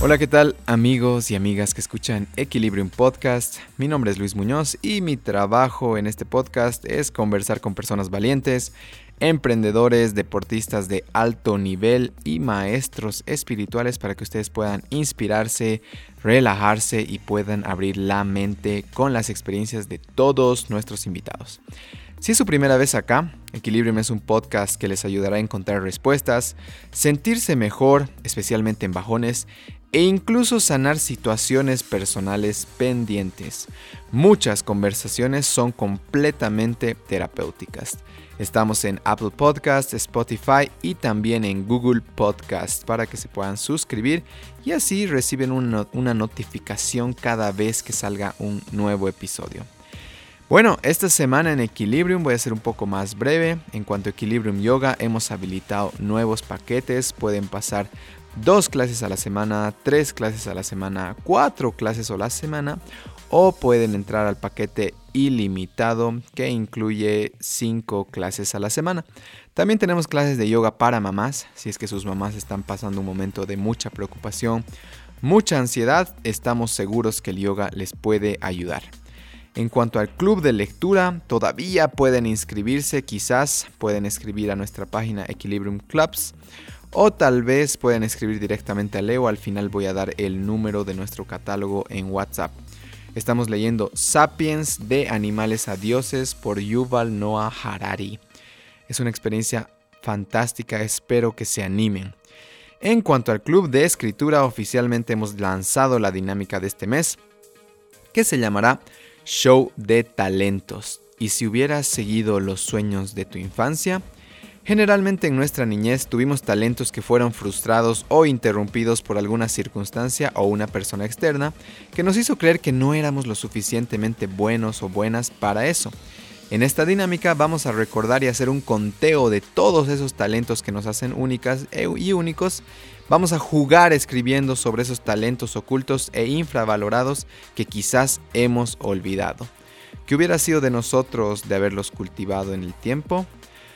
Hola, ¿qué tal amigos y amigas que escuchan Equilibrium Podcast? Mi nombre es Luis Muñoz y mi trabajo en este podcast es conversar con personas valientes, emprendedores, deportistas de alto nivel y maestros espirituales para que ustedes puedan inspirarse, relajarse y puedan abrir la mente con las experiencias de todos nuestros invitados. Si es su primera vez acá, Equilibrium es un podcast que les ayudará a encontrar respuestas, sentirse mejor, especialmente en bajones, e incluso sanar situaciones personales pendientes. Muchas conversaciones son completamente terapéuticas. Estamos en Apple Podcast, Spotify y también en Google Podcast para que se puedan suscribir y así reciben una notificación cada vez que salga un nuevo episodio. Bueno, esta semana en Equilibrium voy a ser un poco más breve. En cuanto a Equilibrium Yoga, hemos habilitado nuevos paquetes. Pueden pasar 2 clases a la semana, 3 clases a la semana, 4 clases a la semana, o pueden entrar al paquete ilimitado que incluye 5 clases a la semana. También tenemos clases de yoga para mamás. Si es que sus mamás están pasando un momento de mucha preocupación, mucha ansiedad, estamos seguros que el yoga les puede ayudar. En cuanto al club de lectura, todavía pueden inscribirse, quizás pueden escribir a nuestra página Equilibrium Clubs o tal vez pueden escribir directamente a Leo. Al final voy a dar el número de nuestro catálogo en WhatsApp. Estamos leyendo Sapiens de animales a dioses por Yuval Noah Harari. Es una experiencia fantástica, espero que se animen. En cuanto al club de escritura, oficialmente hemos lanzado la dinámica de este mes, que se llamará Show de Talentos. Y si hubieras seguido los sueños de tu infancia, generalmente en nuestra niñez tuvimos talentos que fueron frustrados o interrumpidos por alguna circunstancia o una persona externa que nos hizo creer que no éramos lo suficientemente buenos o buenas para eso. En esta dinámica vamos a recordar y hacer un conteo de todos esos talentos que nos hacen únicas y únicos. Vamos a jugar escribiendo sobre esos talentos ocultos e infravalorados que quizás hemos olvidado. ¿Qué hubiera sido de nosotros de haberlos cultivado en el tiempo?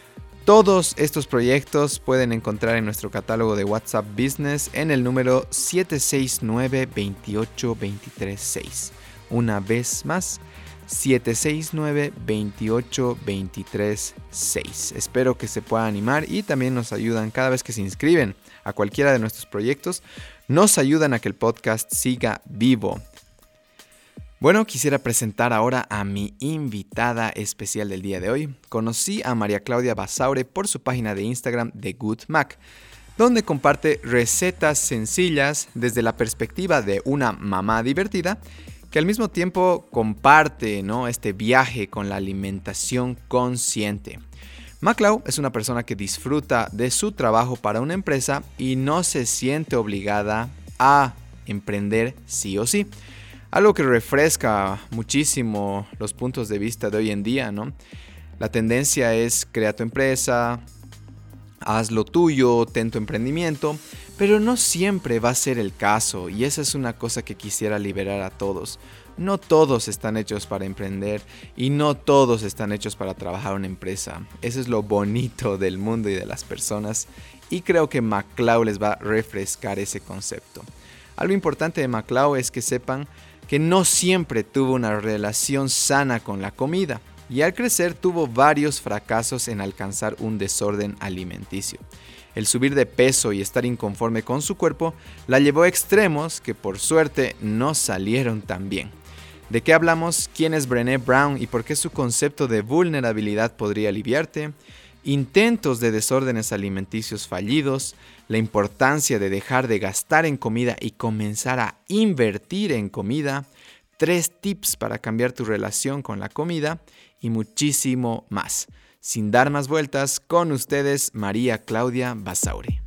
Todos estos proyectos pueden encontrar en nuestro catálogo de WhatsApp Business en el número 769-28236. Una vez más, 769-28236. Espero que se puedan animar y también nos ayudan cada vez que se inscriben a cualquiera de nuestros proyectos. Nos ayudan a que el podcast siga vivo. Bueno, quisiera presentar ahora a mi invitada especial del día de hoy. Conocí a María Claudia Basaure por su página de Instagram The Good Mac, donde comparte recetas sencillas desde la perspectiva de una mamá divertida que al mismo tiempo comparte, este viaje con la alimentación consciente. Maclau es una persona que disfruta de su trabajo para una empresa y no se siente obligada a emprender sí o sí. Algo que refresca muchísimo los puntos de vista de hoy en día, ¿no? La tendencia es crea tu empresa, haz lo tuyo, ten tu emprendimiento, pero no siempre va a ser el caso y esa es una cosa que quisiera liberar a todos. No todos están hechos para emprender y no todos están hechos para trabajar en una empresa. Eso es lo bonito del mundo y de las personas y creo que Maclau les va a refrescar ese concepto. Algo importante de Maclau es que sepan que no siempre tuvo una relación sana con la comida y al crecer tuvo varios fracasos en alcanzar un desorden alimenticio. El subir de peso y estar inconforme con su cuerpo la llevó a extremos que por suerte no salieron tan bien. ¿De qué hablamos? ¿Quién es Brené Brown y por qué su concepto de vulnerabilidad podría aliviarte? Intentos de desórdenes alimenticios fallidos, la importancia de dejar de gastar en comida y comenzar a invertir en comida, 3 tips para cambiar tu relación con la comida y muchísimo más. Sin dar más vueltas, con ustedes María Claudia Basaure.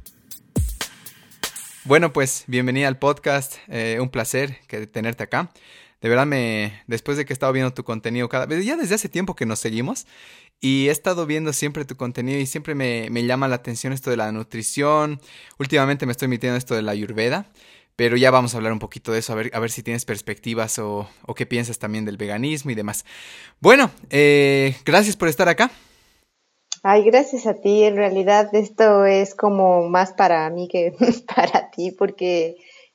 Bueno, pues bienvenida al podcast, un placer tenerte acá. De verdad, después de que he estado viendo tu contenido cada vez, ya desde hace tiempo que nos seguimos, y he estado viendo siempre tu contenido y siempre me llama la atención esto de la nutrición. Últimamente me estoy metiendo esto de la Ayurveda, pero ya vamos a hablar un poquito de eso, a ver si tienes perspectivas o qué piensas también del veganismo y demás. Bueno, gracias por estar acá. Ay, gracias a ti. En realidad esto es como más para mí que para ti, porque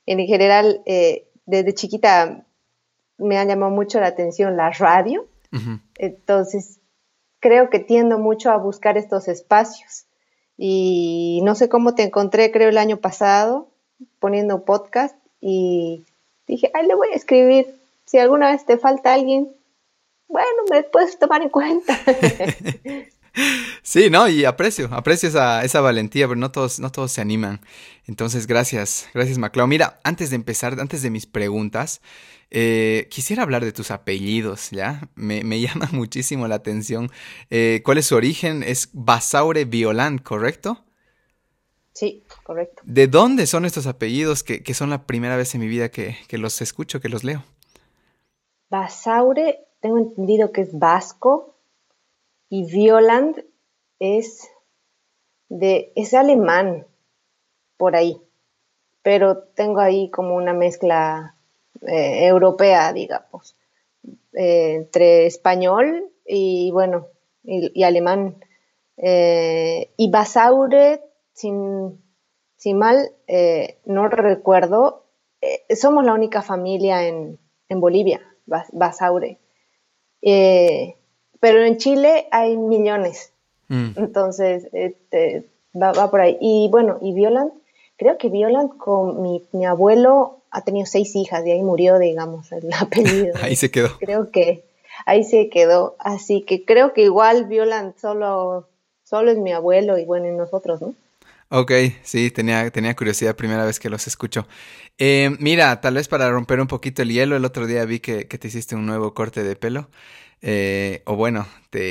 en general, desde chiquita me ha llamado mucho la atención la radio. Ujú. Entonces, creo que tiendo mucho a buscar estos espacios. Y no sé cómo te encontré, creo, el año pasado, poniendo podcast y dije, ay, le voy a escribir. Si alguna vez te falta alguien, bueno, me puedes tomar en cuenta. Sí, ¿no? Y aprecio esa valentía, pero no todos se animan. Entonces, gracias, Maclao. Mira, antes de empezar, antes de mis preguntas, quisiera hablar de tus apellidos, ¿ya? Me llama muchísimo la atención. ¿Cuál es su origen? Es Basaure Violant, ¿correcto? Sí, correcto. ¿De dónde son estos apellidos que son la primera vez en mi vida que los escucho, que los leo? Basaure, tengo entendido que es vasco y Violand es es alemán, por ahí, pero tengo ahí como una mezcla europea, digamos, entre español y bueno, y alemán. Y Basaure, sin mal, no recuerdo, somos la única familia en Bolivia, Basaure. Eh, pero en Chile hay millones, Mm. entonces va por ahí. Y bueno, y Violant, creo que Violant con mi abuelo ha tenido 6 hijas y ahí murió, digamos, el apellido. Ahí se quedó. Creo que ahí se quedó. Así que creo que igual Violant solo es mi abuelo y bueno, y nosotros, ¿no? Ok, sí, tenía curiosidad primera vez que los escucho. Mira, tal vez para romper un poquito el hielo, el otro día vi que te hiciste un nuevo corte de pelo. O bueno,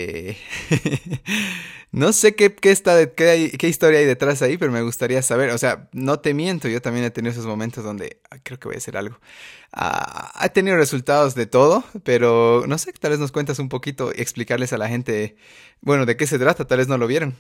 no sé qué historia hay detrás ahí, pero me gustaría saber. O sea, no te miento, yo también he tenido esos momentos donde creo que voy a hacer algo. He tenido resultados de todo, pero no sé, tal vez nos cuentas un poquito y explicarles a la gente, bueno, de qué se trata, tal vez no lo vieron.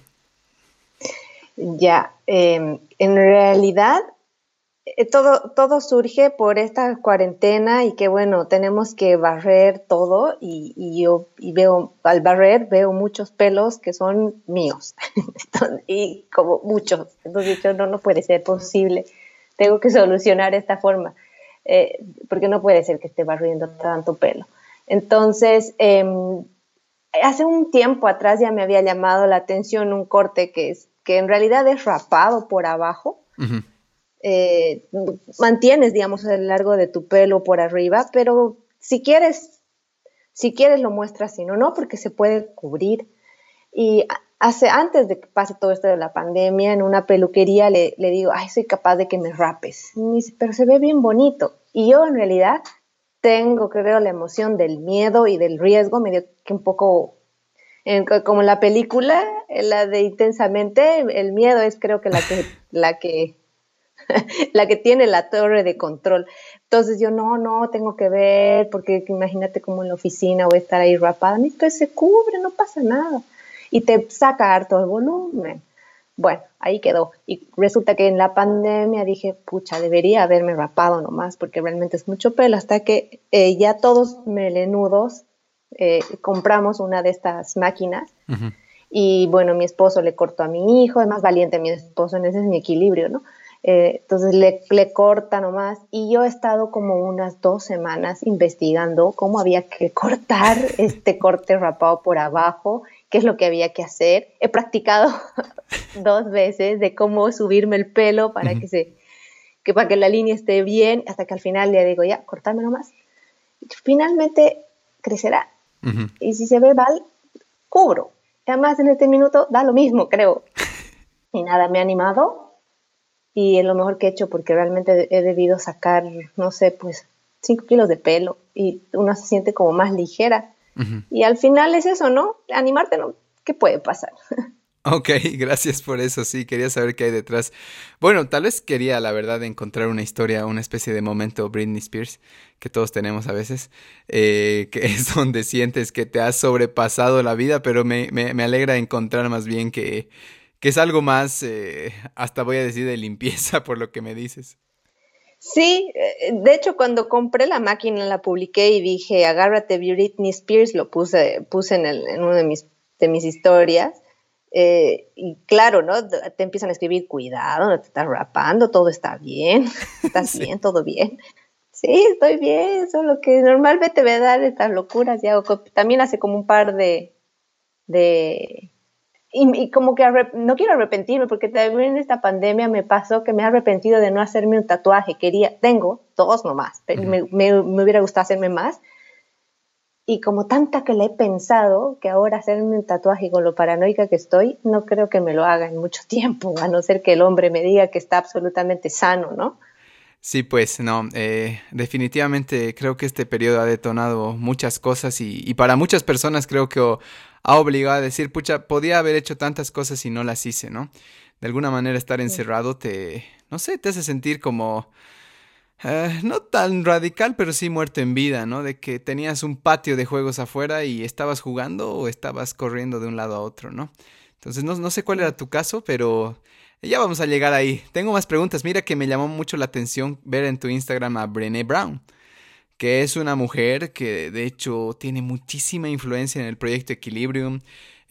Ya, en realidad todo surge por esta cuarentena y que bueno, tenemos que barrer todo y yo veo, al barrer veo muchos pelos que son míos y como muchos, entonces yo no puede ser posible, tengo que solucionar esta forma, porque no puede ser que esté barriendo tanto pelo. Entonces, hace un tiempo atrás ya me había llamado la atención un corte que en realidad es rapado por abajo, Ujú. eh, mantienes, digamos, el largo de tu pelo por arriba, pero si quieres lo muestras, si no, no, porque se puede cubrir. Y antes de que pase todo esto de la pandemia, en una peluquería le digo, ay, soy capaz de que me rapes. Y me dice, pero se ve bien bonito. Y yo en realidad tengo, creo, la emoción del miedo y del riesgo, medio que un poco como la película, la de Intensamente, el miedo es creo que la que tiene la torre de control. Entonces yo no, tengo que ver, porque imagínate como en la oficina voy a estar ahí rapada, entonces se cubre, no pasa nada. Y te saca harto el volumen. Bueno, ahí quedó. Y resulta que en la pandemia dije, pucha, debería haberme rapado nomás, porque realmente es mucho pelo, hasta que ya todos melenudos compramos una de estas máquinas. Ujú. Y bueno, mi esposo le cortó a mi hijo, es más valiente mi esposo, en ese es mi equilibrio, ¿no? Entonces le corta nomás y yo he estado como unas 2 semanas investigando cómo había que cortar este corte rapado por abajo, qué es lo que había que hacer. He practicado 2 veces de cómo subirme el pelo Ujú. para que la línea esté bien, hasta que al final le digo, ya, cortame nomás. Finalmente crecerá. Ujú. Y si se ve mal, cubro. Además, en este minuto da lo mismo, creo. Y nada, me ha animado y es lo mejor que he hecho porque realmente he debido sacar, no sé, pues 5 kilos de pelo y uno se siente como más ligera. Ujú. Y al final es eso, ¿no? Animarte, ¿no? ¿Qué puede pasar? Ok, gracias por eso, sí, quería saber qué hay detrás. Bueno, tal vez quería, la verdad, encontrar una historia, una especie de momento Britney Spears, que todos tenemos a veces, que es donde sientes que te has sobrepasado la vida, pero me alegra encontrar más bien que es algo más, hasta voy a decir de limpieza por lo que me dices. Sí, de hecho cuando compré la máquina la publiqué y dije, agárrate Britney Spears, lo puse en uno de mis historias. Y claro, ¿no? Te empiezan a escribir, cuidado, no te estás rapando, todo está bien, estás Sí. bien, todo bien. Sí, estoy bien, solo que normalmente me dan estas locuras y hago, también hace como un par de y como que no quiero arrepentirme, porque también en esta pandemia me pasó que me he arrepentido de no hacerme un tatuaje. Tengo 2 nomás, pero Ujú. me hubiera gustado hacerme más. Y como tanta que le he pensado, que ahora hacerme un tatuaje con lo paranoica que estoy, no creo que me lo haga en mucho tiempo, a no ser que el hombre me diga que está absolutamente sano, ¿no? Sí, pues no, definitivamente creo que este periodo ha detonado muchas cosas y para muchas personas creo que ha obligado a decir, pucha, podía haber hecho tantas cosas y no las hice, ¿no? De alguna manera estar encerrado no sé, te hace sentir como, no tan radical, pero sí muerto en vida, ¿no? De que tenías un patio de juegos afuera y estabas jugando o estabas corriendo de un lado a otro, ¿no? Entonces no sé cuál era tu caso, pero ya vamos a llegar ahí. Tengo más preguntas. Mira que me llamó mucho la atención ver en tu Instagram a Brené Brown, que es una mujer que de hecho tiene muchísima influencia en el proyecto Equilibrium.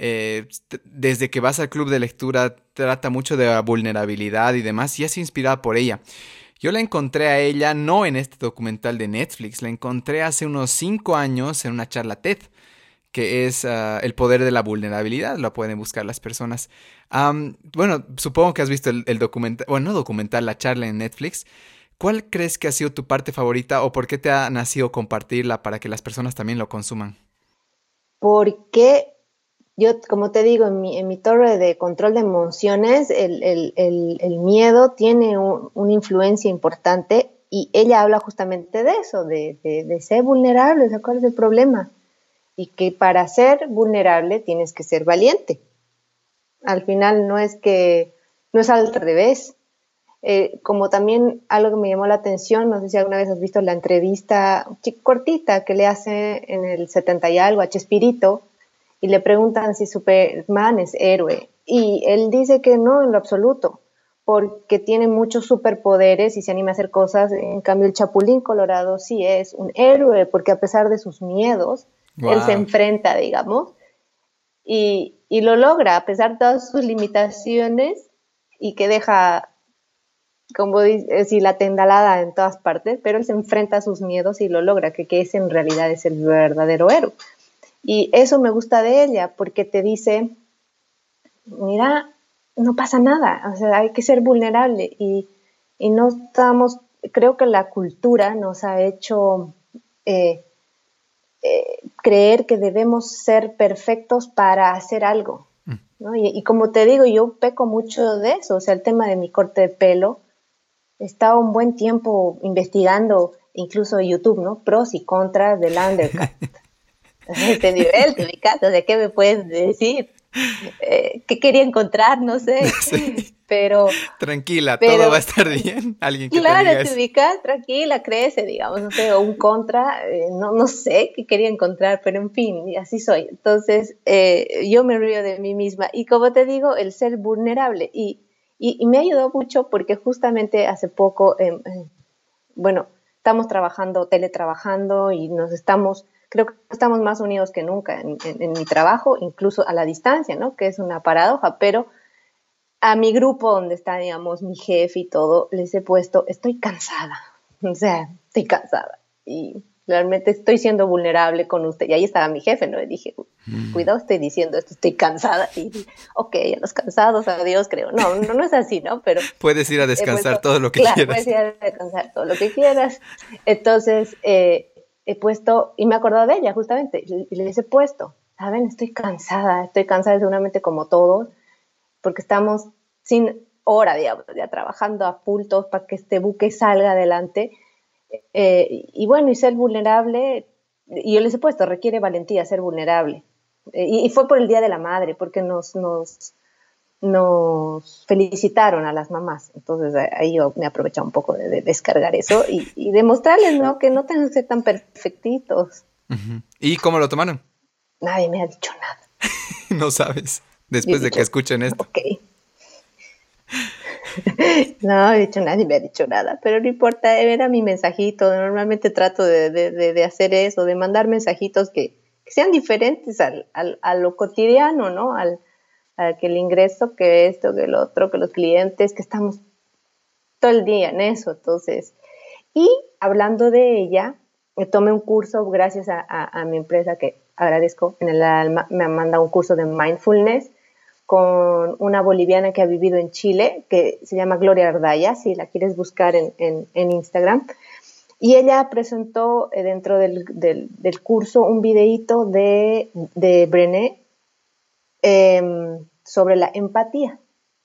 Desde que vas al club de lectura trata mucho de la vulnerabilidad y demás y es inspirada por ella. Yo la encontré a ella no en este documental de Netflix, la encontré hace unos 5 años en una charla TED, que es El poder de la vulnerabilidad, lo pueden buscar las personas. Bueno, supongo que has visto el documental, bueno, no documental, la charla en Netflix. ¿Cuál crees que ha sido tu parte favorita o por qué te ha nacido compartirla para que las personas también lo consuman? Porque yo, como te digo, en mi torre de control de emociones, el miedo tiene una influencia importante y ella habla justamente de eso, de ser vulnerable, o sea, ¿cuál es el problema? Y que para ser vulnerable tienes que ser valiente. Al final no es al revés. Como también algo que me llamó la atención, no sé si alguna vez has visto la entrevista cortita que le hace en el 70 y algo a Chespirito, y le preguntan si Superman es héroe. Y él dice que no, en lo absoluto, porque tiene muchos superpoderes y se anima a hacer cosas. En cambio, el Chapulín Colorado sí es un héroe, porque a pesar de sus miedos, él se Wow. enfrenta, digamos, y lo logra, a pesar de todas sus limitaciones, y que deja, como decir, la tendalada en todas partes, pero él se enfrenta a sus miedos y lo logra, que ese en realidad es el verdadero héroe. Y eso me gusta de ella, porque te dice, mira, no pasa nada, o sea, hay que ser vulnerable y no estamos, creo que la cultura nos ha hecho eh, creer que debemos ser perfectos para hacer algo, Mm. ¿no? Y como te digo, yo peco mucho de eso, o sea, el tema de mi corte de pelo, he estado un buen tiempo investigando, incluso YouTube, ¿no? Pros y contras del undercut. Este nivel, te ubicas, o sea, ¿qué me puedes decir? ¿Qué quería encontrar? No sé, Sí. pero, Tranquila, todo va a pero estar bien. Alguien que te claro, diga te eso. ubicas, tranquila, crece, digamos, no sé, o un contra, no sé qué quería encontrar, pero en fin, y así soy. Entonces, yo me río de mí misma. Y como te digo, el ser vulnerable. Y me ayudó mucho porque justamente hace poco, bueno, estamos trabajando, teletrabajando y creo que estamos más unidos que nunca en mi trabajo, incluso a la distancia, ¿no? Que es una paradoja, pero a mi grupo donde está, digamos, mi jefe y todo, les he puesto, estoy cansada, o sea, estoy cansada y realmente estoy siendo vulnerable con usted. Y ahí estaba mi jefe, ¿no? Y dije, Mm. cuidado, estoy diciendo esto, estoy cansada. Y, ok, a los cansados, adiós, creo. No es así, ¿no? Pero Puedes ir a he descansar puesto, todo lo que claro, puedes quieras. ir a descansar todo lo que quieras. Entonces, he puesto, y me he acordado de ella justamente, y les he puesto, ¿saben? Estoy cansada seguramente como todos, porque estamos sin hora, digamos, ya trabajando a full todos para que este buque salga adelante. Y bueno, y ser vulnerable, y yo les he puesto, requiere valentía ser vulnerable. Y fue por el Día de la Madre, porque nos felicitaron a las mamás. Entonces ahí yo me he aprovechado un poco de descargar eso y demostrarles, ¿no? Que no tengan que ser tan perfectitos. Ujú. ¿Y cómo lo tomaron? Nadie me ha dicho nada. No sabes. Yo he Después de que dicho, escuchen esto. ok. No, de hecho nadie me ha dicho nada, pero no importa, era mi mensajito. Normalmente trato de hacer eso, de mandar mensajitos que sean diferentes a lo cotidiano, ¿no? que el ingreso, que esto, que el otro, que los clientes, que estamos todo el día en eso. Entonces, y hablando de ella, tomé un curso gracias a mi empresa, que agradezco en el alma, me manda un curso de mindfulness con una boliviana que ha vivido en Chile, que se llama Gloria Ardaya, si la quieres buscar en Instagram. Y ella presentó dentro del curso un videíto de Brené sobre la empatía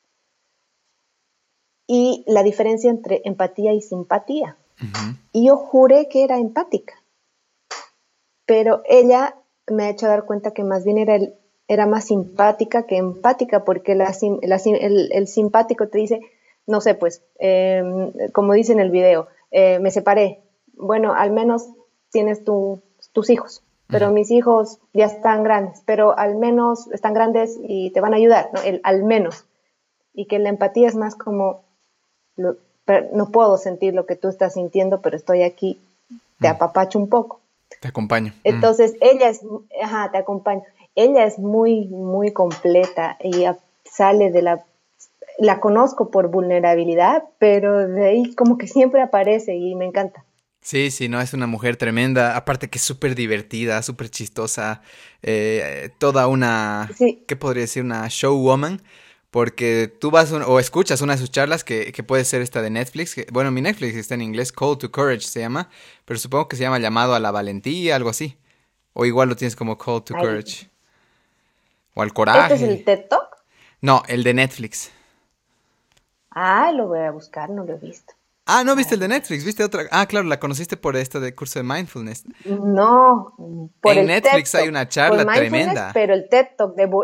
y la diferencia entre empatía y simpatía. Uh-huh. Y yo juré que era empática, pero ella me ha hecho dar cuenta que más bien era más simpática que empática, porque el simpático te dice, no sé, pues, como dice en el video, me separé. Bueno, al menos tienes tus hijos, pero mis hijos ya están grandes, pero al menos están grandes y te van a ayudar, ¿no? Al menos. Y que la empatía es más como, no puedo sentir lo que tú estás sintiendo, pero estoy aquí, te apapacho un poco. Te acompaño. Entonces, ella es, te acompaño. Ella es muy, muy completa. Ella sale la conozco por vulnerabilidad, pero de ahí como que siempre aparece y me encanta. Sí, sí, no, es una mujer tremenda, aparte que es súper divertida, súper chistosa, toda una, sí. ¿Qué podría decir? Una showwoman, porque tú vas o escuchas una de sus charlas que puede ser esta de Netflix, bueno, mi Netflix está en inglés, Call to Courage se llama, pero supongo que se llama Llamado a la Valentía, algo así, o igual lo tienes como Call to Courage, o al coraje. ¿Este es el TED Talk? No, el de Netflix. Lo voy a buscar, no lo he visto. Ah, ¿no viste el de Netflix? ¿Viste otra? Ah, claro, la conociste por esta de curso de mindfulness. No, por en Netflix hay una charla tremenda. Pero el TED Talk ya.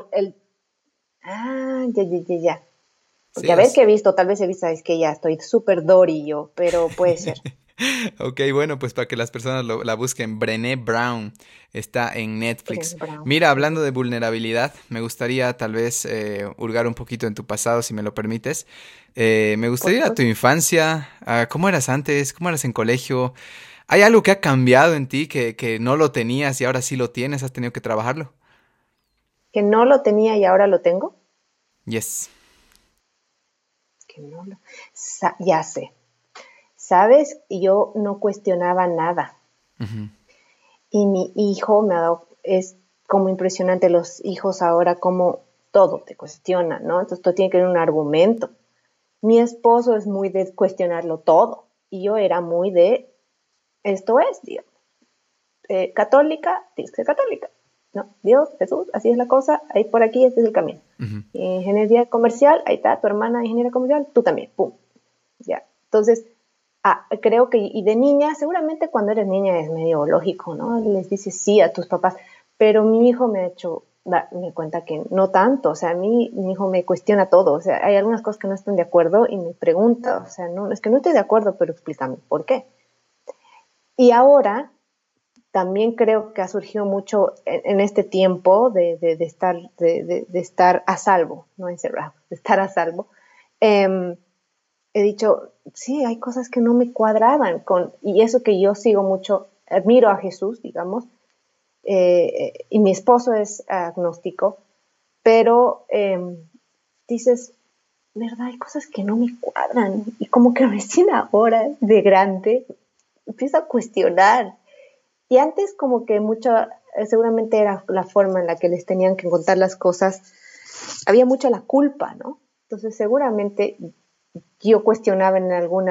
Porque sí, a ver qué he visto, tal vez he visto, es que ya estoy súper Dory yo, pero puede ser. Ok, bueno, pues para que las personas la busquen, Brené Brown está en Netflix. Mira, hablando de vulnerabilidad, me gustaría tal vez hurgar un poquito en tu pasado, si me lo permites. Me gustaría ir a tu infancia, ¿cómo eras antes? ¿Cómo eras en colegio? ¿Hay algo que ha cambiado en ti que no lo tenías y ahora sí lo tienes? ¿Has tenido que trabajarlo? ¿Que no lo tenía y ahora lo tengo? Yes. Que no lo... Ya sé. ¿Sabes? Yo no cuestionaba nada. Uh-huh. Y mi hijo me ha dado... Es como impresionante los hijos ahora, como todo te cuestiona, ¿no? Entonces todo tiene que tener un argumento. Mi esposo es muy de cuestionarlo todo. Y yo era muy de... Esto es, digamos. Católica, tienes que ser católica. No, Dios, Jesús, así es la cosa, ahí por aquí, este es el camino. Uh-huh. Ingeniería comercial, ahí está, tu hermana ingeniera comercial, tú también, pum, ya. Entonces, creo que, y de niña, seguramente cuando eres niña es medio lógico, ¿no? Les dices sí a tus papás, pero mi hijo me ha hecho darme cuenta que no tanto, o sea, a mí, mi hijo me cuestiona todo, o sea, hay algunas cosas que no están de acuerdo y me pregunta, o sea, no, es que no estoy de acuerdo, pero explícame, ¿por qué? Y ahora también creo que ha surgido mucho en este tiempo de estar a salvo, no encerrado, de estar a salvo. He dicho, sí, hay cosas que no me cuadraban y eso que yo sigo mucho, admiro a Jesús, digamos, y mi esposo es agnóstico, pero dices, ¿verdad? Hay cosas que no me cuadran y como que recién ahora, de grande, empiezo a cuestionar. Y antes como que seguramente era la forma en la que les tenían que contar las cosas, había mucha la culpa, ¿no? Entonces seguramente yo cuestionaba en algún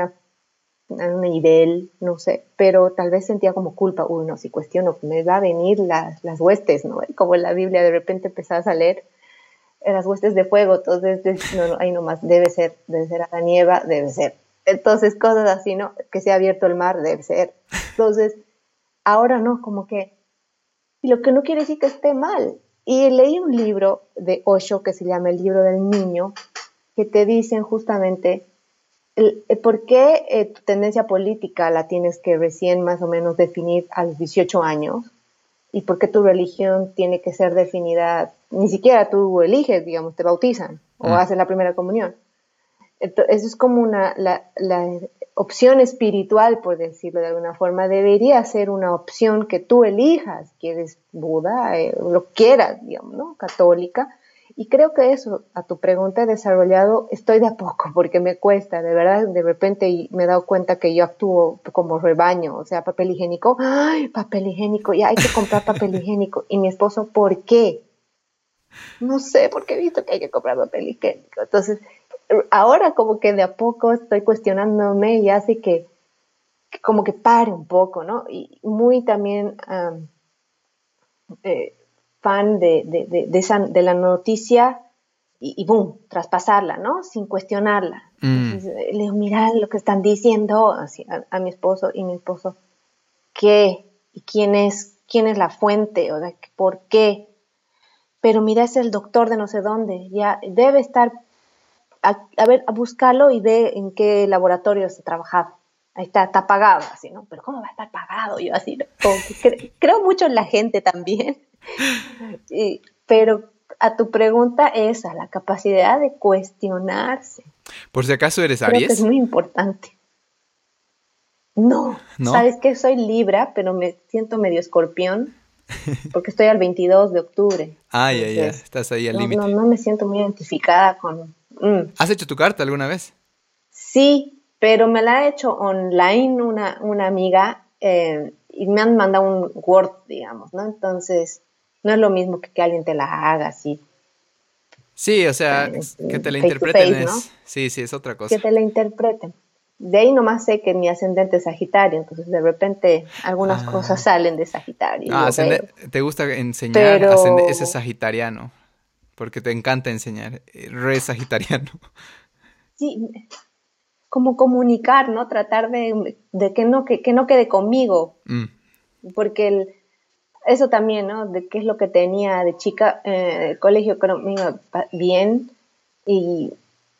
nivel, no sé, pero tal vez sentía como culpa, no, si cuestiono, me va a venir las huestes, ¿no? Como en la Biblia de repente empezabas a leer las huestes de fuego, entonces, no, ahí nomás, debe ser Adán y Eva, debe ser. Entonces cosas así, ¿no? Que se ha abierto el mar, debe ser. Entonces, ahora no, como que, y lo que no quiere decir que esté mal. Y leí un libro de Osho que se llama El libro del niño, que te dicen justamente por qué tu tendencia política la tienes que recién más o menos definir a los 18 años y por qué tu religión tiene que ser definida, ni siquiera tú eliges, digamos, te bautizan o haces la primera comunión. Entonces, eso es como la opción espiritual, por decirlo de alguna forma, debería ser una opción que tú elijas, quieres Buda, lo quieras, digamos, ¿no? Católica, Y creo que eso, a tu pregunta, he desarrollado, estoy de a poco, porque me cuesta, de verdad, de repente me he dado cuenta que yo actúo como rebaño, o sea, papel higiénico, ¡ay, papel higiénico! Ya hay que comprar papel higiénico. Y mi esposo, ¿por qué? No sé, porque he visto que hay que comprar papel higiénico. Entonces, ahora como que de a poco estoy cuestionándome y hace que como que pare un poco, ¿no? Y muy también eh, fan de la noticia y boom, traspasarla, ¿no? Sin cuestionarla. Mm. Entonces le digo, mira lo que están diciendo así, a mi esposo, y mi esposo, ¿qué? ¿Y quién es la fuente? O sea, ¿por qué? Pero mira, es el doctor de no sé dónde, ya debe estar, a ver, a buscarlo y ve en qué laboratorio se ha trabajado. Ahí está pagado, así, ¿no? Pero ¿cómo va a estar pagado? Yo así, ¿no? Como que creo mucho en la gente también. Pero a tu pregunta esa, la capacidad de cuestionarse, Por si acaso eres creo que es Aries, muy importante. No, ¿no? sabes que soy Libra, pero me siento medio escorpión porque estoy al 22 de octubre. Ah, ya, ya, Entonces, estás ahí al no, no, límite. no me siento muy identificada con... ¿Has hecho tu carta alguna vez? Sí, pero me la ha hecho online una amiga y me han mandado un Word, digamos, ¿no? Entonces, no es lo mismo que alguien te la haga así Sí, o sea, que te la face to interpreten face, ¿no? es... Sí, sí, es otra Que cosa. te la interpreten. De ahí nomás sé que mi ascendente es Sagitario, entonces de repente algunas cosas Ah, salen de Sagitario y ah, lo veo. ¿te gusta enseñar? Ese Pero sagitariano, porque te encanta enseñar. Re sagitariano. sí, como comunicar, ¿no? Tratar de que no quede conmigo, Mm, porque eso también, ¿no? De qué es lo que tenía de chica, el colegio creo me iba bien y,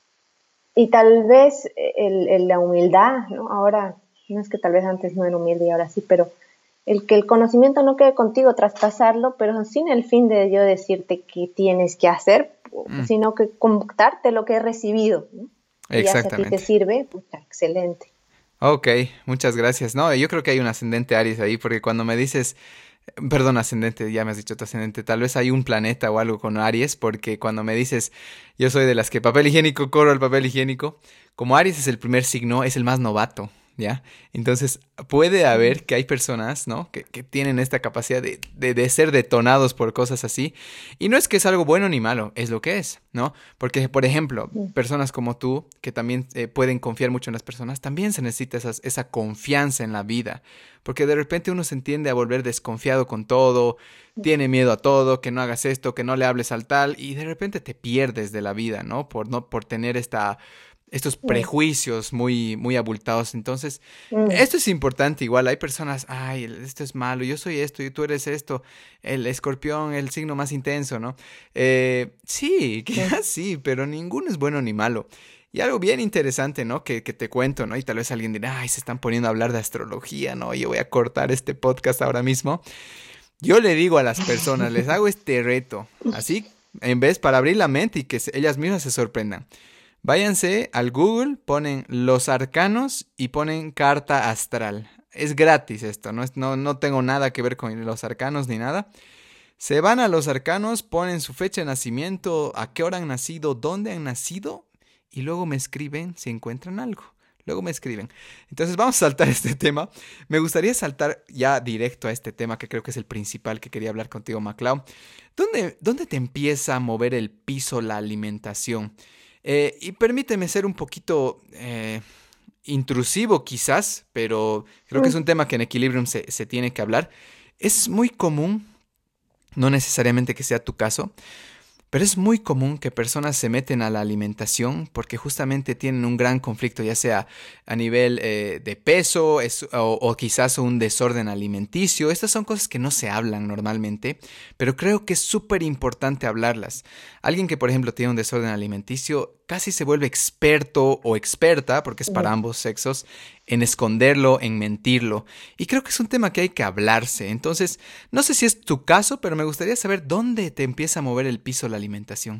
y tal vez la humildad, ¿no? Ahora, no es que tal vez antes no era humilde y ahora sí, pero el que el conocimiento no quede contigo, traspasarlo, pero sin el fin de yo decirte qué tienes que hacer, mm, sino que contarte lo que he recibido, ¿no? Y ya si a ti te exactamente. sirve, puta, excelente. Ok, muchas gracias. No, yo creo que hay un ascendente Aries ahí, porque cuando me dices, perdón, ascendente, ya me has dicho tu ascendente, tal vez hay un planeta o algo con Aries, porque cuando me dices, yo soy de las que papel higiénico, corro el papel higiénico, como Aries es el primer signo, es el más novato, ¿ya? Entonces, puede haber que hay personas, ¿no? Que tienen esta capacidad de ser detonados por cosas así, y no es que es algo bueno ni malo, es lo que es, ¿no? Porque, por ejemplo, personas como tú, que también pueden confiar mucho en las personas, también se necesita esa confianza en la vida. Porque de repente uno se entiende a volver desconfiado con todo, tiene miedo a todo, que no hagas esto, que no le hables al tal, y de repente te pierdes de la vida, ¿no? Por tener estos Mm, prejuicios muy, muy abultados. Entonces, mm, esto es importante igual. Hay personas, ay, esto es malo, yo soy esto y tú eres esto, el escorpión, el signo más intenso, ¿no? Sí, mm, quizás sí, pero ninguno es bueno ni malo. Y algo bien interesante, ¿no? Que te cuento, ¿no? Y tal vez alguien dirá, ay, se están poniendo a hablar de astrología, ¿no? Yo voy a cortar este podcast ahora mismo. Yo le digo a las personas, les hago este reto, así, en vez para abrir la mente y que ellas mismas se sorprendan. Váyanse al Google, ponen los arcanos y ponen carta astral. Es gratis esto, no tengo nada que ver con los arcanos ni nada. Se van a los arcanos, ponen su fecha de nacimiento, a qué hora han nacido, dónde han nacido y luego me escriben si encuentran algo. Luego me escriben. Entonces vamos a saltar este tema. Me gustaría saltar ya directo a este tema que creo que es el principal que quería hablar contigo, Maclao. ¿Dónde te empieza a mover el piso la alimentación? Y permíteme ser un poquito intrusivo quizás, pero creo que es mm. un tema que en Equilibrium se tiene que hablar. Es muy común, no necesariamente que sea tu caso, pero es muy común que personas se meten a la alimentación porque justamente tienen un gran conflicto, ya sea a nivel de peso o quizás un desorden alimenticio. Estas son cosas que no se hablan normalmente, pero creo que es súper importante hablarlas. Alguien que, por ejemplo, tiene un desorden alimenticio casi se vuelve experto o experta, porque es para Mm. ambos sexos, en esconderlo, en mentirlo. Y creo que es un tema que hay que hablarse. Entonces, no sé si es tu caso, pero me gustaría saber dónde te empieza a mover el piso la alimentación.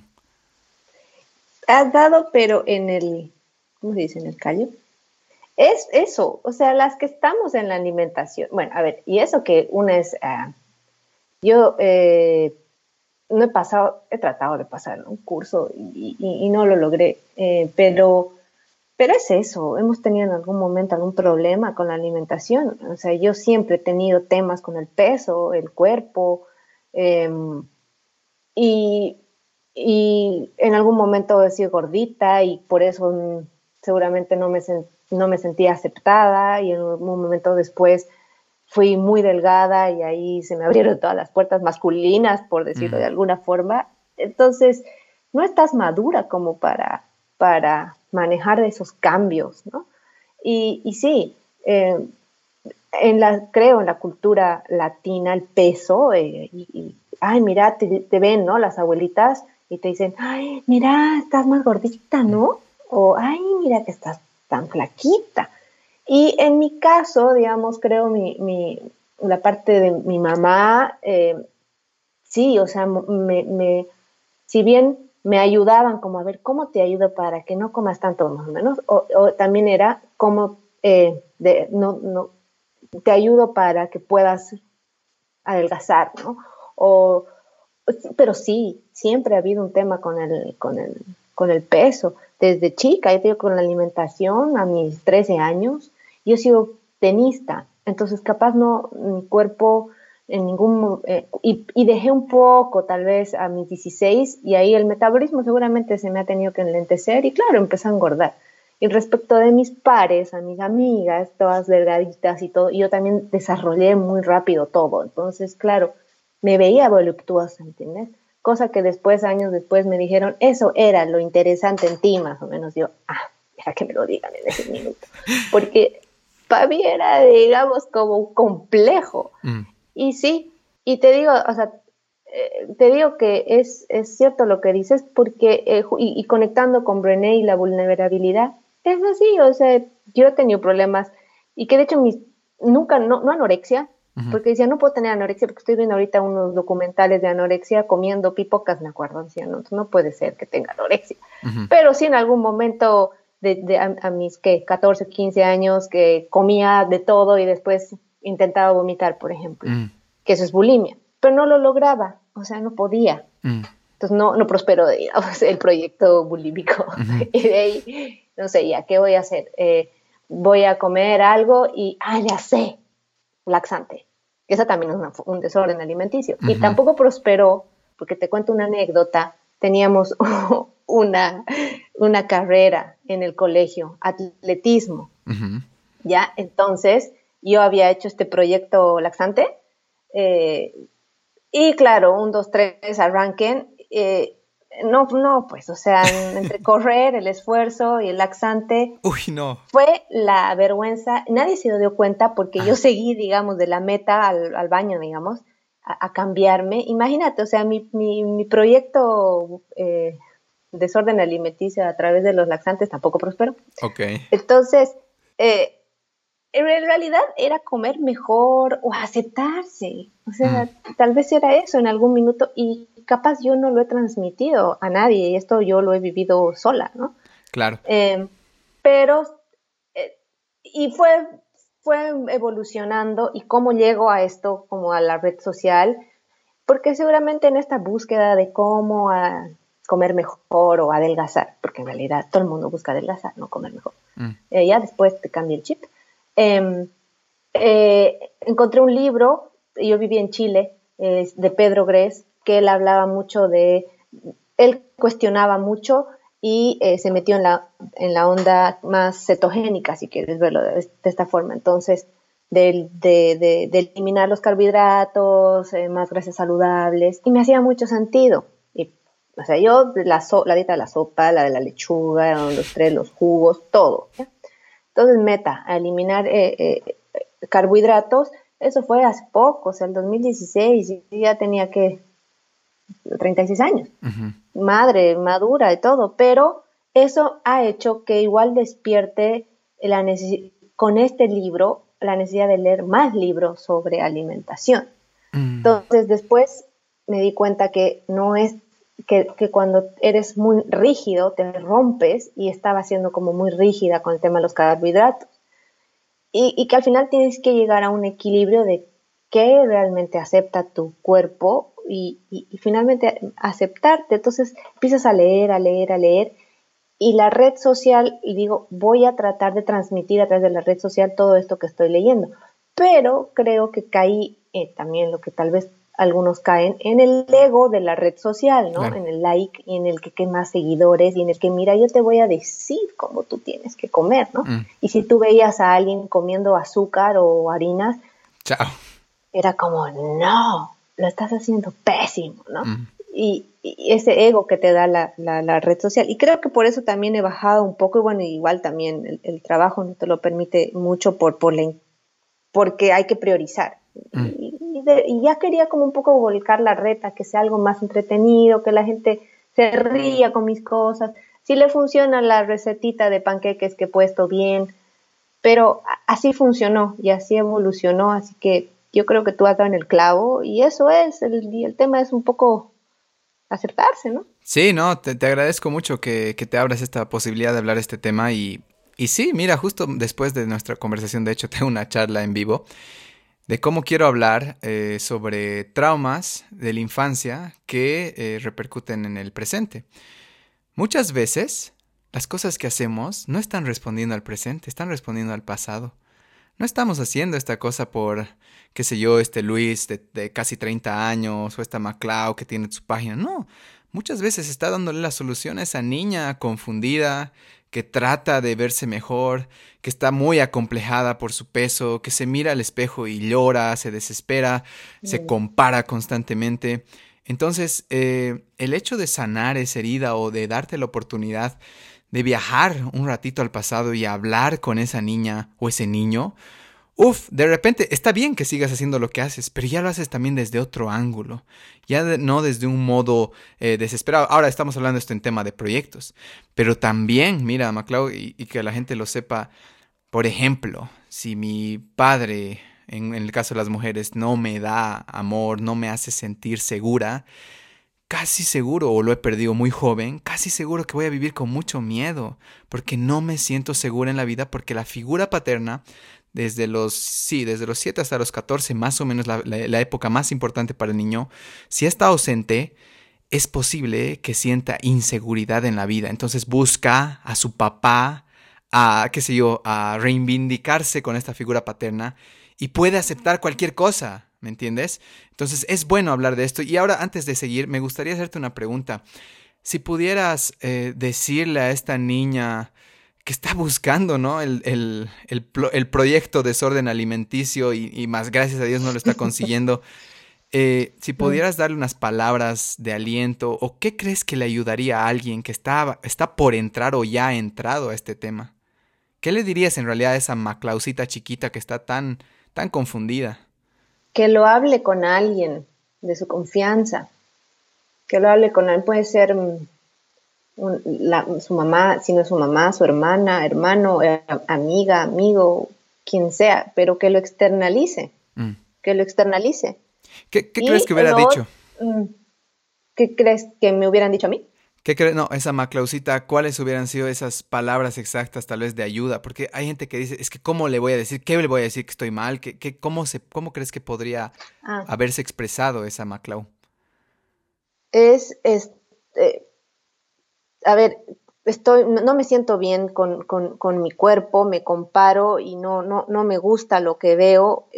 Has dado, pero ¿cómo se dice? En el callo. Es eso, o sea, las que estamos en la alimentación. Bueno, a ver, y eso que una es, yo he tratado de pasar un curso y no lo logré, pero es eso, hemos tenido en algún momento algún problema con la alimentación. O sea, yo siempre he tenido temas con el peso, el cuerpo, eh, y, y en algún momento he sido gordita y por eso seguramente no me sentía aceptada y en un momento después fui muy delgada y ahí se me abrieron todas las puertas masculinas, por decirlo de Mm, alguna forma. Entonces, no estás madura como para manejar esos cambios, ¿no? Y sí, creo en la cultura latina el peso, ay, mira, te ven, ¿no? Las abuelitas y te dicen, ay, mira, estás más gordita, mm, ¿no? O, ay, mira que estás tan flaquita. Y en mi caso, digamos, creo la parte de mi mamá, sí, o sea, si bien me ayudaban como a ver cómo te ayudo para que no comas tanto más o menos, o también era como no, te ayudo para que puedas adelgazar, ¿no? O, pero sí, siempre ha habido un tema con el peso. Desde chica, yo digo, con la alimentación, a mis 13 años, yo he sido tenista, entonces capaz no, mi cuerpo en y dejé un poco tal vez a mis 16 y ahí el metabolismo seguramente se me ha tenido que enlentecer y claro, empecé a engordar. Y respecto de mis pares, a mis amigas, todas delgaditas y todo, yo también desarrollé muy rápido todo. Entonces, claro, me veía voluptuosa, ¿entiendes? Cosa que después, años después, me dijeron, eso era lo interesante en ti, más o menos. Yo, era que me lo digan en ese minuto. Porque para mí era, digamos, como un complejo. mm. Y sí, y te digo, o sea, te digo que es cierto lo que dices, porque, y conectando con Brené y la vulnerabilidad, es así, o sea, yo he tenido problemas, y que de hecho nunca, no anorexia, Ujú, porque decía, no puedo tener anorexia, porque estoy viendo ahorita unos documentales de anorexia comiendo pipocas, me acuerdo, decía, no, no puede ser que tenga anorexia. ujú, Pero sí en algún momento a mis ¿qué? 14, 15 años que comía de todo y después intentaba vomitar, por ejemplo, mm, que eso es bulimia, pero no lo lograba, o sea, no podía. mm, Entonces no prosperó, digamos, el proyecto bulímico. ujú. Y de ahí, no sé, ya, ¿qué voy a hacer? Voy a comer algo y, ya sé, laxante. Esa también es un desorden alimenticio. Y Ujú, tampoco prosperó, porque te cuento una anécdota, teníamos una, una carrera en el colegio, atletismo, ujú. ¿ya? Entonces, yo había hecho este proyecto laxante, eh, y claro, un, dos, tres, arranquen. No, pues, o sea, entre correr, el esfuerzo y el laxante, Uy, no. fue la vergüenza. Nadie se dio cuenta porque yo Ah, seguí, digamos, de la meta al baño, digamos, a cambiarme. Imagínate, o sea, mi proyecto desorden alimenticio a través de los laxantes tampoco prosperó. ok. Entonces, eh, en realidad era comer mejor o aceptarse. O Mm, sea, tal vez era eso en algún minuto y capaz yo no lo he transmitido a nadie y esto yo lo he vivido sola, ¿no? claro. Eh, pero, eh, y fue evolucionando y cómo llego a esto, como a la red social, porque seguramente en esta búsqueda de cómo comer mejor o adelgazar, porque en realidad todo el mundo busca adelgazar, no comer mejor. Mm, Ya después te cambia el chip. Eh, Encontré un libro, yo viví en Chile, de Pedro Grés, que él hablaba mucho él cuestionaba mucho y se metió en la onda más cetogénica, si quieres verlo de esta forma. Entonces, de eliminar los carbohidratos, más grasas saludables, y me hacía mucho sentido. Y, o sea, yo, la dieta de la sopa, la de la lechuga, los jugos, todo. ¿Ya? Entonces, meta, a eliminar carbohidratos, eso fue hace poco, o sea, el 2016, y ya tenía que 36 años, ujú, madre, madura y todo, pero eso ha hecho que igual despierte con este libro la necesidad de leer más libros sobre alimentación. mm, Entonces, después me di cuenta que no es que cuando eres muy rígido te rompes y estaba siendo como muy rígida con el tema de los carbohidratos. Y que al final tienes que llegar a un equilibrio de qué realmente acepta tu cuerpo y finalmente aceptarte. Entonces empiezas a leer, a leer, a leer. Y la red social, y digo, voy a tratar de transmitir a través de la red social todo esto que estoy leyendo. Pero creo que caí también lo que tal vez algunos caen en el ego de la red social, ¿no? Claro. En el like y en el que más seguidores y en el que, mira, yo te voy a decir cómo tú tienes que comer, ¿no? Mm. Y si tú veías a alguien comiendo azúcar o harinas, Chao. era como, no, lo estás haciendo pésimo, ¿no? Mm. Y ese ego que te da la red social. Y creo que por eso también he bajado un poco, y bueno, igual también el trabajo no te lo permite mucho porque hay que priorizar. Mm. Y ya quería como un poco volcar la red a que sea algo más entretenido, que la gente se ría con mis cosas. Si le funciona la recetita de panqueques que he puesto bien, pero así funcionó y así evolucionó, así que yo creo que tú has dado en el clavo y eso es, el tema es un poco aceptarse, ¿no? Sí, no, te agradezco mucho que te abras esta posibilidad de hablar de este tema y sí, mira, justo después de nuestra conversación, de hecho, tengo una charla en vivo de cómo quiero hablar sobre traumas de la infancia que repercuten en el presente. Muchas veces las cosas que hacemos no están respondiendo al presente, están respondiendo al pasado. No estamos haciendo esta cosa por, qué sé yo, este Luis de casi 30 años o esta MacLeod que tiene su página. No, muchas veces está dándole la solución a esa niña confundida que trata de verse mejor, que está muy acomplejada por su peso, que se mira al espejo y llora, se desespera, se Mm. compara constantemente. Entonces, el hecho de sanar esa herida o de darte la oportunidad de viajar un ratito al pasado y hablar con esa niña o ese niño, de repente está bien que sigas haciendo lo que haces, pero ya lo haces también desde otro ángulo, ya no desde un modo desesperado. Ahora estamos hablando de esto en tema de proyectos, pero también, mira, MacLeod, y que la gente lo sepa, por ejemplo, si mi padre, en el caso de las mujeres, no me da amor, no me hace sentir segura, casi seguro, o lo he perdido muy joven, casi seguro que voy a vivir con mucho miedo, porque no me siento segura en la vida, porque la figura paterna, desde los 7 hasta los 14, más o menos la época más importante para el niño, si está ausente, es posible que sienta inseguridad en la vida. Entonces busca a su papá, a, qué sé yo, a reivindicarse con esta figura paterna y puede aceptar cualquier cosa, ¿me entiendes? Entonces es bueno hablar de esto. Y ahora, antes de seguir, me gustaría hacerte una pregunta. Si pudieras decirle a esta niña que está buscando, ¿no? El proyecto desorden alimenticio y más gracias a Dios no lo está consiguiendo. Si Mm. pudieras darle unas palabras de aliento, ¿o qué crees que le ayudaría a alguien que está por entrar o ya ha entrado a este tema? ¿Qué le dirías en realidad a esa Maclausita chiquita que está tan confundida? Que lo hable con alguien de su confianza, que lo hable con alguien, puede ser su mamá, si no es su mamá, su hermana, hermano, amiga, amigo, quien sea, pero Mm. que lo externalice. ¿Qué crees Y que hubiera dicho? mm, ¿qué crees que me hubieran dicho a mí? ¿Qué crees? No, esa Maclausita, ¿cuáles hubieran sido esas palabras exactas tal vez de ayuda? Porque hay gente que dice, es que ¿cómo le voy a decir? ¿Qué le voy a decir que estoy mal? ¿Cómo crees que podría Ah, haberse expresado esa Maclau? es eh, a ver, no me siento bien con mi cuerpo, me comparo y no me gusta lo que veo.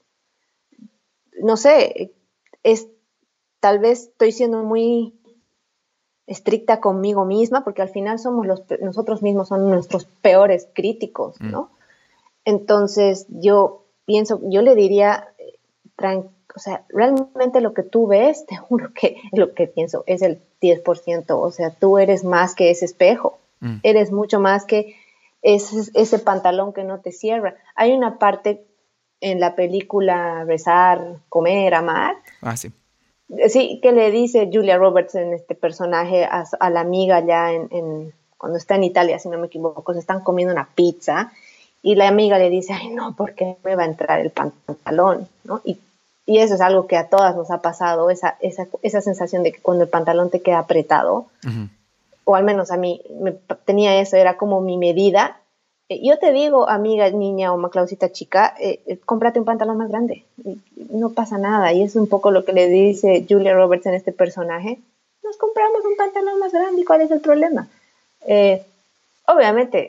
No sé, es, tal vez estoy siendo muy estricta conmigo misma, porque al final nosotros mismos son nuestros peores críticos, Mm. ¿no? Entonces yo le diría, o sea, realmente lo que tú ves, te juro que lo que pienso es el 10%, o sea, tú eres más que ese espejo, Mm. eres mucho más que ese pantalón que no te cierra. Hay una parte en la película Rezar, Comer, Amar, Ah, sí. sí, que le dice Julia Roberts en este personaje a la amiga ya cuando está en Italia, si no me equivoco, se están comiendo una pizza y la amiga le dice, ay no, porque me va a entrar el pantalón, ¿no? Y eso es algo que a todas nos ha pasado, esa sensación de que cuando el pantalón te queda apretado, Ujú. o al menos a mí tenía eso, era como mi medida, Yo te digo, amiga, niña o Maclausita chica, cómprate un pantalón más grande. No pasa nada. Y es un poco lo que le dice Julia Roberts en este personaje. Nos compramos un pantalón más grande. ¿Y cuál es el problema? Obviamente,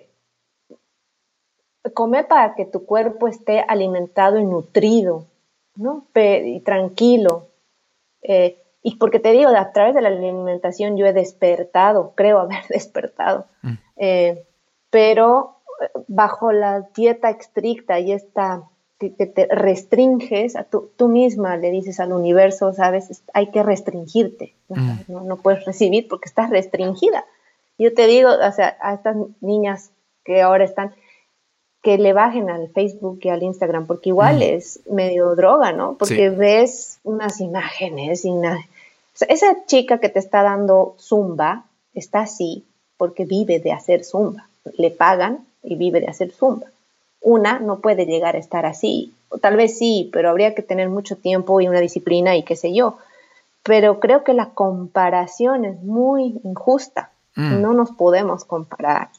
come para que tu cuerpo esté alimentado y nutrido, ¿no? Y tranquilo. Y porque te digo, a través de la alimentación yo he despertado, creo haber despertado. Pero bajo la dieta estricta y esta que te restringes, tú misma le dices al universo, ¿sabes? Hay que restringirte. No puedes recibir porque estás restringida. Yo te digo, o sea, a estas niñas que ahora están, que le bajen al Facebook y al Instagram, porque igual es medio droga, ¿no? Porque ves unas imágenes y o sea, esa chica que te está dando zumba está así porque vive de hacer zumba. Le pagan y vive de hacer zumba. Una no puede llegar a estar así, o tal vez sí, pero habría que tener mucho tiempo y una disciplina y qué sé yo. Pero creo que la comparación es muy injusta. No nos podemos comparar.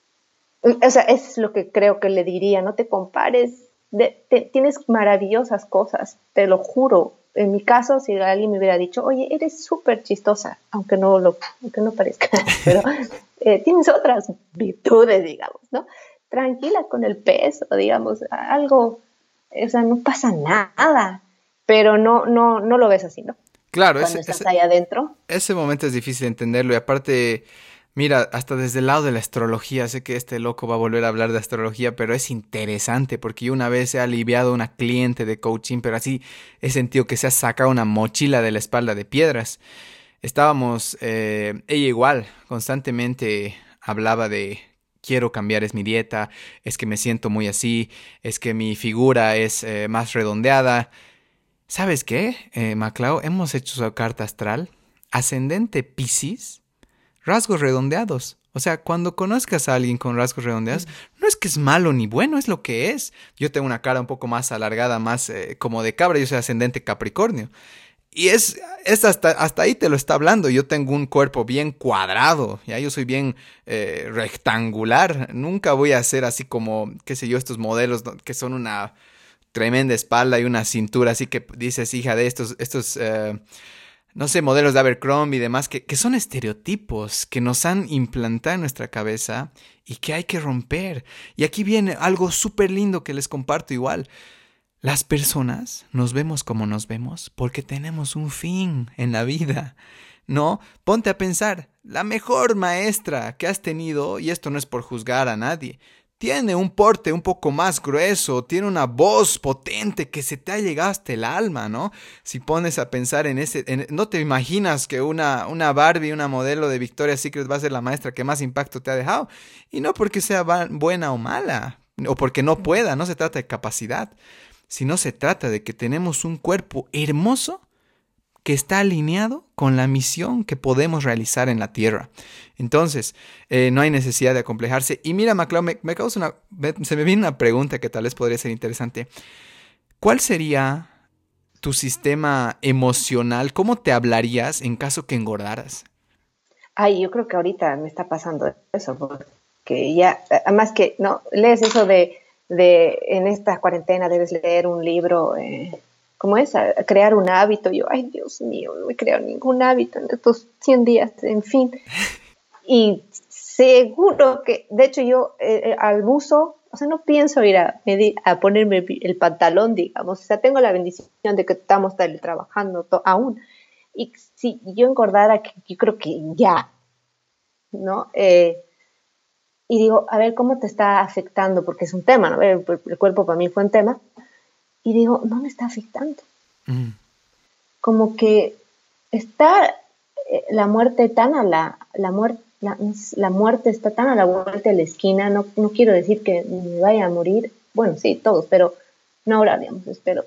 O sea, es lo que creo que le diría, no te compares, tienes maravillosas cosas, te lo juro. En mi caso, si alguien me hubiera dicho, oye, eres súper chistosa, aunque no parezca, pero tienes otras virtudes, digamos, ¿no? Tranquila con el peso, digamos, algo, o sea, no pasa nada, pero no lo ves así, ¿no? Claro, Cuando estás ahí adentro. ese momento es difícil entenderlo y aparte, mira, hasta desde el lado de la astrología, sé que este loco va a volver a hablar de astrología, pero es interesante porque yo una vez he aliviado a una cliente de coaching, pero así he sentido que se ha sacado una mochila de la espalda de piedras. Estábamos, ella igual, constantemente hablaba de quiero cambiar es mi dieta, es que me siento muy así, es que mi figura es más redondeada. ¿Sabes qué, Maclao? Hemos hecho su carta astral, ascendente Piscis, rasgos redondeados. O sea, cuando conozcas a alguien con rasgos redondeados, no es que es malo ni bueno, es lo que es. Yo tengo una cara un poco más alargada, más como de cabra, yo soy ascendente Capricornio. Y es hasta ahí te lo está hablando. Yo tengo un cuerpo bien cuadrado, ya yo soy bien rectangular. Nunca voy a ser así como, qué sé yo, estos modelos que son una tremenda espalda y una cintura, así que dices, hija de estos no sé, modelos de Abercrombie y demás, que son estereotipos que nos han implantado en nuestra cabeza y que hay que romper. Y aquí viene algo súper lindo que les comparto igual. Las personas nos vemos como nos vemos porque tenemos un fin en la vida, ¿no? Ponte a pensar, la mejor maestra que has tenido, y esto no es por juzgar a nadie, tiene un porte un poco más grueso, tiene una voz potente que se te ha llegado hasta el alma, ¿no? Si pones a pensar no te imaginas que una Barbie, una modelo de Victoria's Secret va a ser la maestra que más impacto te ha dejado. Y no porque sea buena o mala, o porque no pueda, no se trata de capacidad, sino se trata de que tenemos un cuerpo hermoso que está alineado con la misión que podemos realizar en la Tierra. Entonces, no hay necesidad de acomplejarse. Y mira, Maclao, se me viene una pregunta que tal vez podría ser interesante. ¿Cuál sería tu sistema emocional? ¿Cómo te hablarías en caso que engordaras? Ay, yo creo que ahorita me está pasando eso, porque ya, además que, ¿no? Lees eso de en esta cuarentena debes leer un libro, ¿cómo es? A crear un hábito. Yo, ay, Dios mío, no he creado ningún hábito en estos 100 días, en fin. Y seguro que, de hecho, yo al buzo, o sea, no pienso ir a ponerme el pantalón, digamos. O sea, tengo la bendición de que estamos trabajando aún. Y si yo engordara, yo creo que ya, ¿no? Y digo, a ver, ¿cómo te está afectando? Porque es un tema, ¿no? El cuerpo para mí fue un tema. Y digo, no me está afectando. Como que está la muerte tan a la muerte está tan a la vuelta de la esquina. No quiero decir que me vaya a morir. Bueno, sí, todos, pero no ahora, digamos, espero.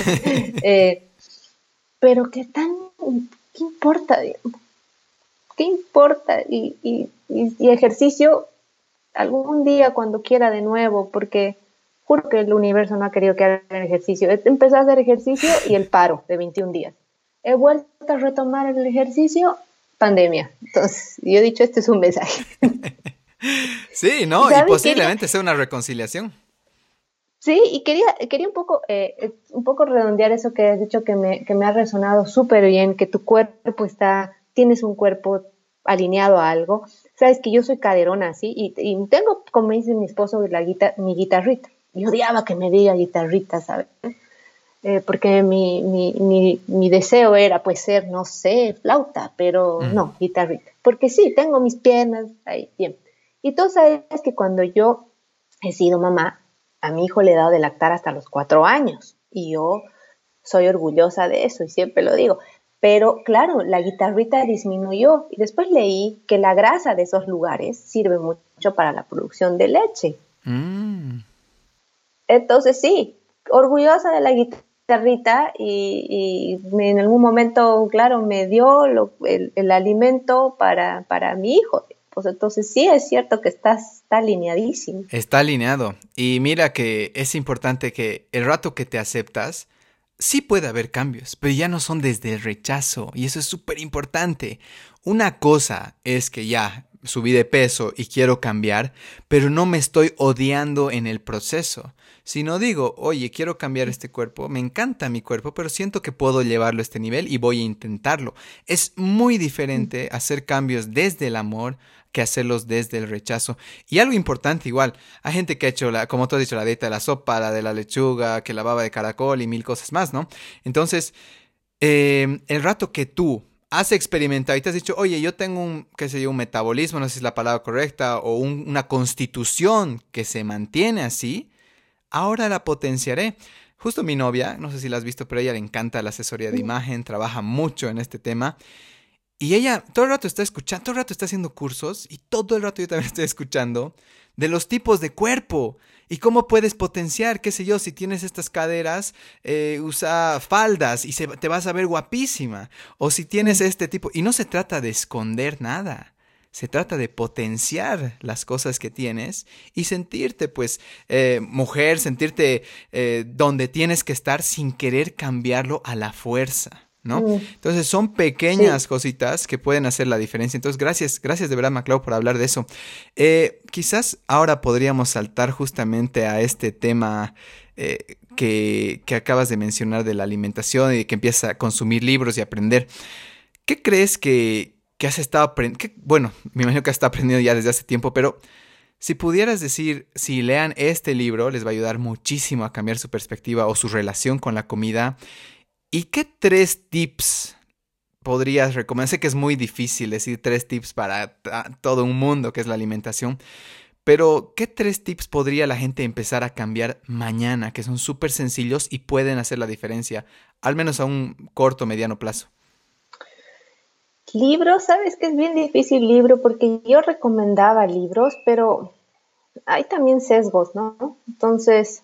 Pero ¿qué importa, digamos? ¿Qué importa? Y ejercicio algún día cuando quiera de nuevo, porque juro que el universo no ha querido que haga ejercicio. Empecé a hacer ejercicio y el paro de 21 días. He vuelto a retomar el ejercicio, pandemia. Entonces, yo he dicho, este es un mensaje. Sí, Y ¿no? Y sabes, quería, posiblemente sea una reconciliación. sí, y quería un poco redondear eso que has dicho que me ha resonado súper bien, que tu cuerpo tienes un cuerpo alineado a algo. Sabes que yo soy caderona, ¿sí? Y tengo, como dice mi esposo, mi guitarrita. Yo odiaba que me diga guitarrita, ¿sabes? Porque mi deseo era pues ser, no sé, flauta, pero Mm. no, guitarrita. Porque sí, tengo mis piernas ahí, bien. Y tú sabes que cuando yo he sido mamá, a mi hijo le he dado de lactar hasta los 4 años. Y yo soy orgullosa de eso y siempre lo digo. Pero claro, la guitarrita disminuyó y después leí que la grasa de esos lugares sirve mucho para la producción de leche. Mm. Entonces sí, orgullosa de la guitarrita en algún momento, claro, me dio el alimento para mi hijo. Pues entonces sí es cierto que está alineadísimo. Está alineado. Y mira que es importante que el rato que te aceptas, sí puede haber cambios, pero ya no son desde el rechazo. Y eso es súper importante. Una cosa es que ya subí de peso y quiero cambiar, pero no me estoy odiando en el proceso. Si no digo, oye, quiero cambiar este cuerpo, me encanta mi cuerpo, pero siento que puedo llevarlo a este nivel y voy a intentarlo. Es muy diferente hacer cambios desde el amor que hacerlos desde el rechazo. Y algo importante igual, hay gente que ha hecho, como tú has dicho, la dieta de la sopa, la de la lechuga, que la baba de caracol y mil cosas más, ¿no? Entonces, el rato que tú has experimentado y te has dicho, oye, yo tengo un, qué sé yo, un metabolismo, no sé si es la palabra correcta, o una constitución que se mantiene así, ahora la potenciaré. Justo mi novia, no sé si la has visto, pero a ella le encanta la asesoría de imagen, trabaja mucho en este tema. Y ella todo el rato está escuchando, todo el rato está haciendo cursos y todo el rato yo también estoy escuchando de los tipos de cuerpo y cómo puedes potenciar, qué sé yo, si tienes estas caderas, usa faldas y te vas a ver guapísima. O si tienes este tipo, y no se trata de esconder nada. Se trata de potenciar las cosas que tienes y sentirte, pues, mujer, sentirte donde tienes que estar sin querer cambiarlo a la fuerza. ¿No? Entonces son pequeñas Sí. cositas que pueden hacer la diferencia. Entonces gracias de verdad, Maclau, por hablar de eso. Quizás ahora podríamos saltar justamente a este tema que acabas de mencionar de la alimentación y de que empiezas a consumir libros y aprender. ¿Qué crees que has estado aprendiendo? Bueno, me imagino que has estado aprendiendo ya desde hace tiempo, pero si pudieras decir, si lean este libro, les va a ayudar muchísimo a cambiar su perspectiva o su relación con la comida. ¿Y qué 3 tips podrías recomendar? Sé que es muy difícil decir 3 tips para todo un mundo que es la alimentación, pero ¿qué 3 tips podría la gente empezar a cambiar mañana, que son súper sencillos y pueden hacer la diferencia, al menos a un corto o mediano plazo? Libros, sabes que es bien difícil libro porque yo recomendaba libros, pero hay también sesgos, ¿no? Entonces,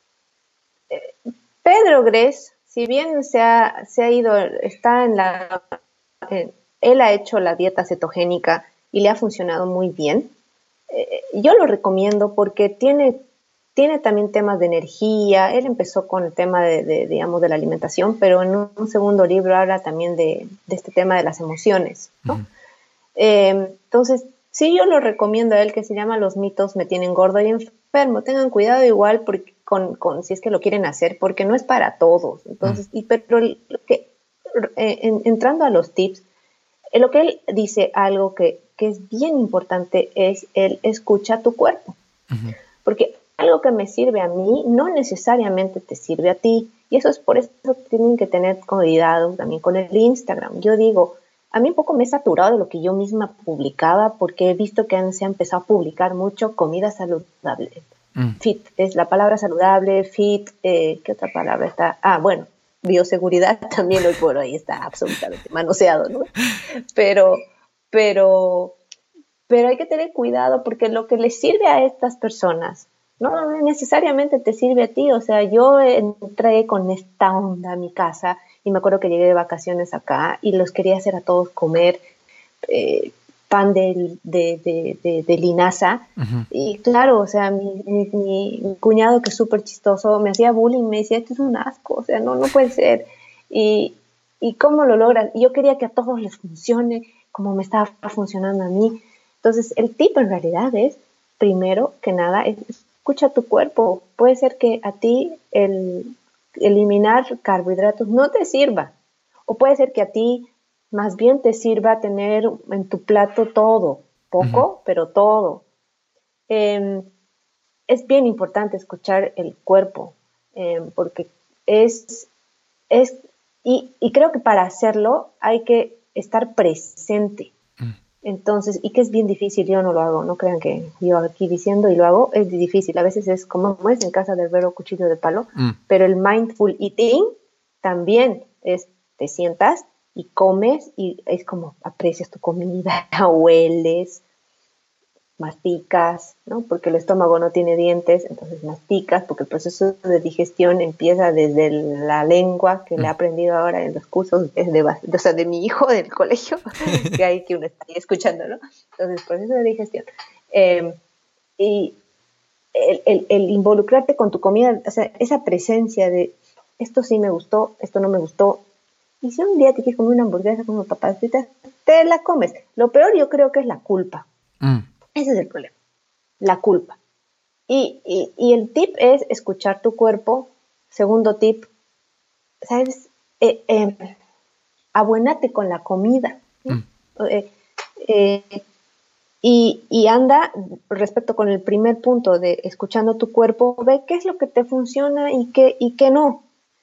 Pedro Gress, si bien se ha ido, está él ha hecho la dieta cetogénica y le ha funcionado muy bien. Yo lo recomiendo porque tiene también temas de energía. Él empezó con el tema digamos, de la alimentación, pero en un segundo libro habla también de este tema de las emociones, ¿no? Ujú. Entonces, sí, yo lo recomiendo a él, que se llama Los mitos me tienen gordo y enfermo. Tengan cuidado igual si es que lo quieren hacer, porque no es para todos. Mm. Entonces, pero entrando a los tips, lo que él dice, algo que es bien importante, es el escucha tu cuerpo. Ujú. Porque algo que me sirve a mí no necesariamente te sirve a ti. Y eso es por eso tienen que tener cuidado también con el Instagram. Yo digo, a mí un poco me he saturado de lo que yo misma publicaba porque he visto que se ha empezado a publicar mucho comida saludable. Mm. Fit, es la palabra saludable, fit, ¿qué otra palabra está? Ah, bueno, bioseguridad también hoy por hoy está absolutamente manoseado, ¿no? Pero, pero pero hay que tener cuidado porque lo que les sirve a estas personas no necesariamente te sirve a ti. O sea, yo entré con esta onda a mi casa y me acuerdo que llegué de vacaciones acá y los quería hacer a todos comer eh, pan de linaza. Ujú. Y claro, o sea, mi cuñado, que es súper chistoso, me hacía bullying, me decía, esto es un asco, o sea, no puede ser. Y, ¿Y cómo lo logran? Y yo quería que a todos les funcione como me estaba funcionando a mí. Entonces, el tip en realidad es, primero que nada, escucha tu cuerpo. Puede ser que a ti el eliminar carbohidratos no te sirva, o puede ser que a ti más bien te sirva tener en tu plato todo, poco, pero todo. Es bien importante escuchar el cuerpo, porque es, es y creo que para hacerlo hay que estar presente. Entonces, y que es bien difícil, yo no lo hago, no crean que yo aquí diciendo y lo hago, es difícil. A veces es como es en casa del herrero cuchillo de palo, pero el mindful eating también es, te sientas y comes y es como aprecias tu comida, hueles, masticas, ¿no? Porque el estómago no tiene dientes, entonces masticas, porque el proceso de digestión empieza desde la lengua, que le he aprendido ahora en los cursos de mi hijo del colegio, que hay que uno está ahí escuchando, ¿no? Entonces, proceso de digestión. Y el involucrarte con tu comida, o sea, esa presencia de esto sí me gustó, esto no me gustó. Y si un día te quieres comer una hamburguesa con unas papas fritas, te la comes. Lo peor yo creo que es la culpa. Ese es el problema, la culpa. Y el tip es escuchar tu cuerpo. Segundo tip, ¿sabes? Abuénate con la comida. ¿No? Y anda, respecto con el primer punto de escuchando tu cuerpo, ve qué es lo que te funciona y qué no.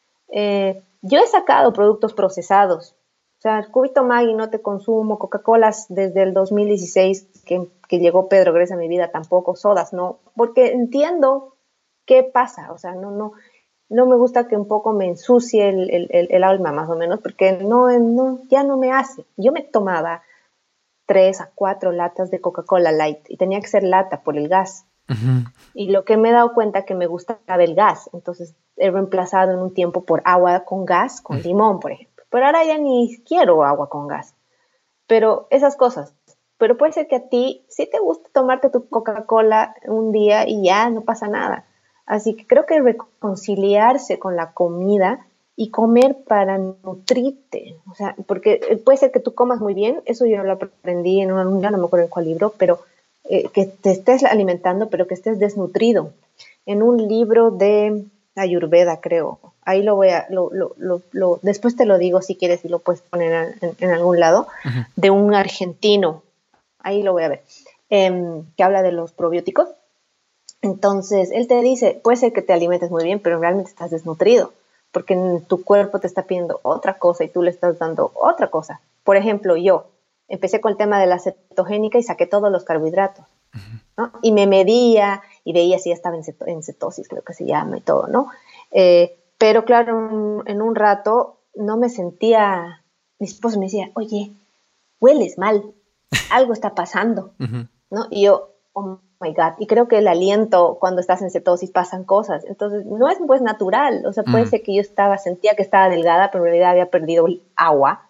Yo he sacado productos procesados. O sea, el cubito Maggi no te consumo, Coca-Colas desde el 2016, que llegó Pedro Gracias a mi vida, tampoco, sodas, no, porque entiendo qué pasa, o sea, no me gusta que un poco me ensucie el alma, más o menos, porque ya no me hace. Yo me tomaba 3 a 4 latas de Coca-Cola Light, y tenía que ser lata por el gas. Y lo que me he dado cuenta que me gustaba el gas, entonces he reemplazado en un tiempo por agua con gas, con limón, por ejemplo. Pero ahora ya ni quiero agua con gas. Pero esas cosas. Pero puede ser que a ti sí te guste tomarte tu Coca-Cola un día y ya no pasa nada. Así que creo que reconciliarse con la comida y comer para nutrirte. O sea, porque puede ser que tú comas muy bien, eso yo lo aprendí ya no me acuerdo en cuál libro, pero que te estés alimentando, pero que estés desnutrido. En un libro de Ayurveda, creo. Ahí lo voy a, después te lo digo si quieres y lo puedes poner en algún lado, de un argentino. Ahí lo voy a ver. Que habla de los probióticos. Entonces, él te dice, puede ser que te alimentes muy bien, pero realmente estás desnutrido, porque tu cuerpo te está pidiendo otra cosa y tú le estás dando otra cosa. Por ejemplo, yo empecé con el tema de la cetogénica y saqué todos los carbohidratos, ¿no? Y me medía y veía si ya estaba en cetosis, creo que se llama y todo, ¿no? Pero claro, en un rato no me sentía, mi esposo me decía, oye, hueles mal, algo está pasando, ¿no? Y yo, oh my God, y creo que el aliento, cuando estás en cetosis pasan cosas, entonces no es pues natural, o sea, puede ser que yo sentía que estaba delgada, pero en realidad había perdido agua.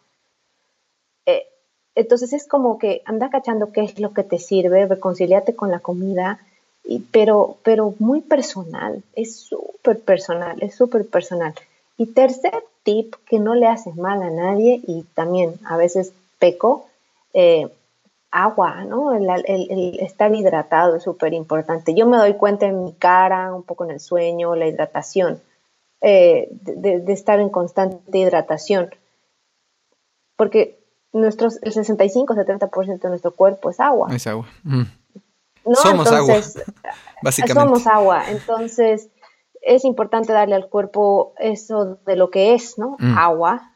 Entonces es como que anda cachando qué es lo que te sirve, reconciliate con la comida, pero muy personal, es súper personal, es súper personal. Y tercer tip, que no le hace mal a nadie, y también a veces peco, agua, ¿no? El estar hidratado es súper importante. Yo me doy cuenta en mi cara, un poco en el sueño, la hidratación, de estar en constante hidratación, porque el 65-70% de nuestro cuerpo es agua. Es agua. ¿No? Somos entonces, agua, básicamente. Somos agua, entonces es importante darle al cuerpo eso de lo que es, ¿no? Agua.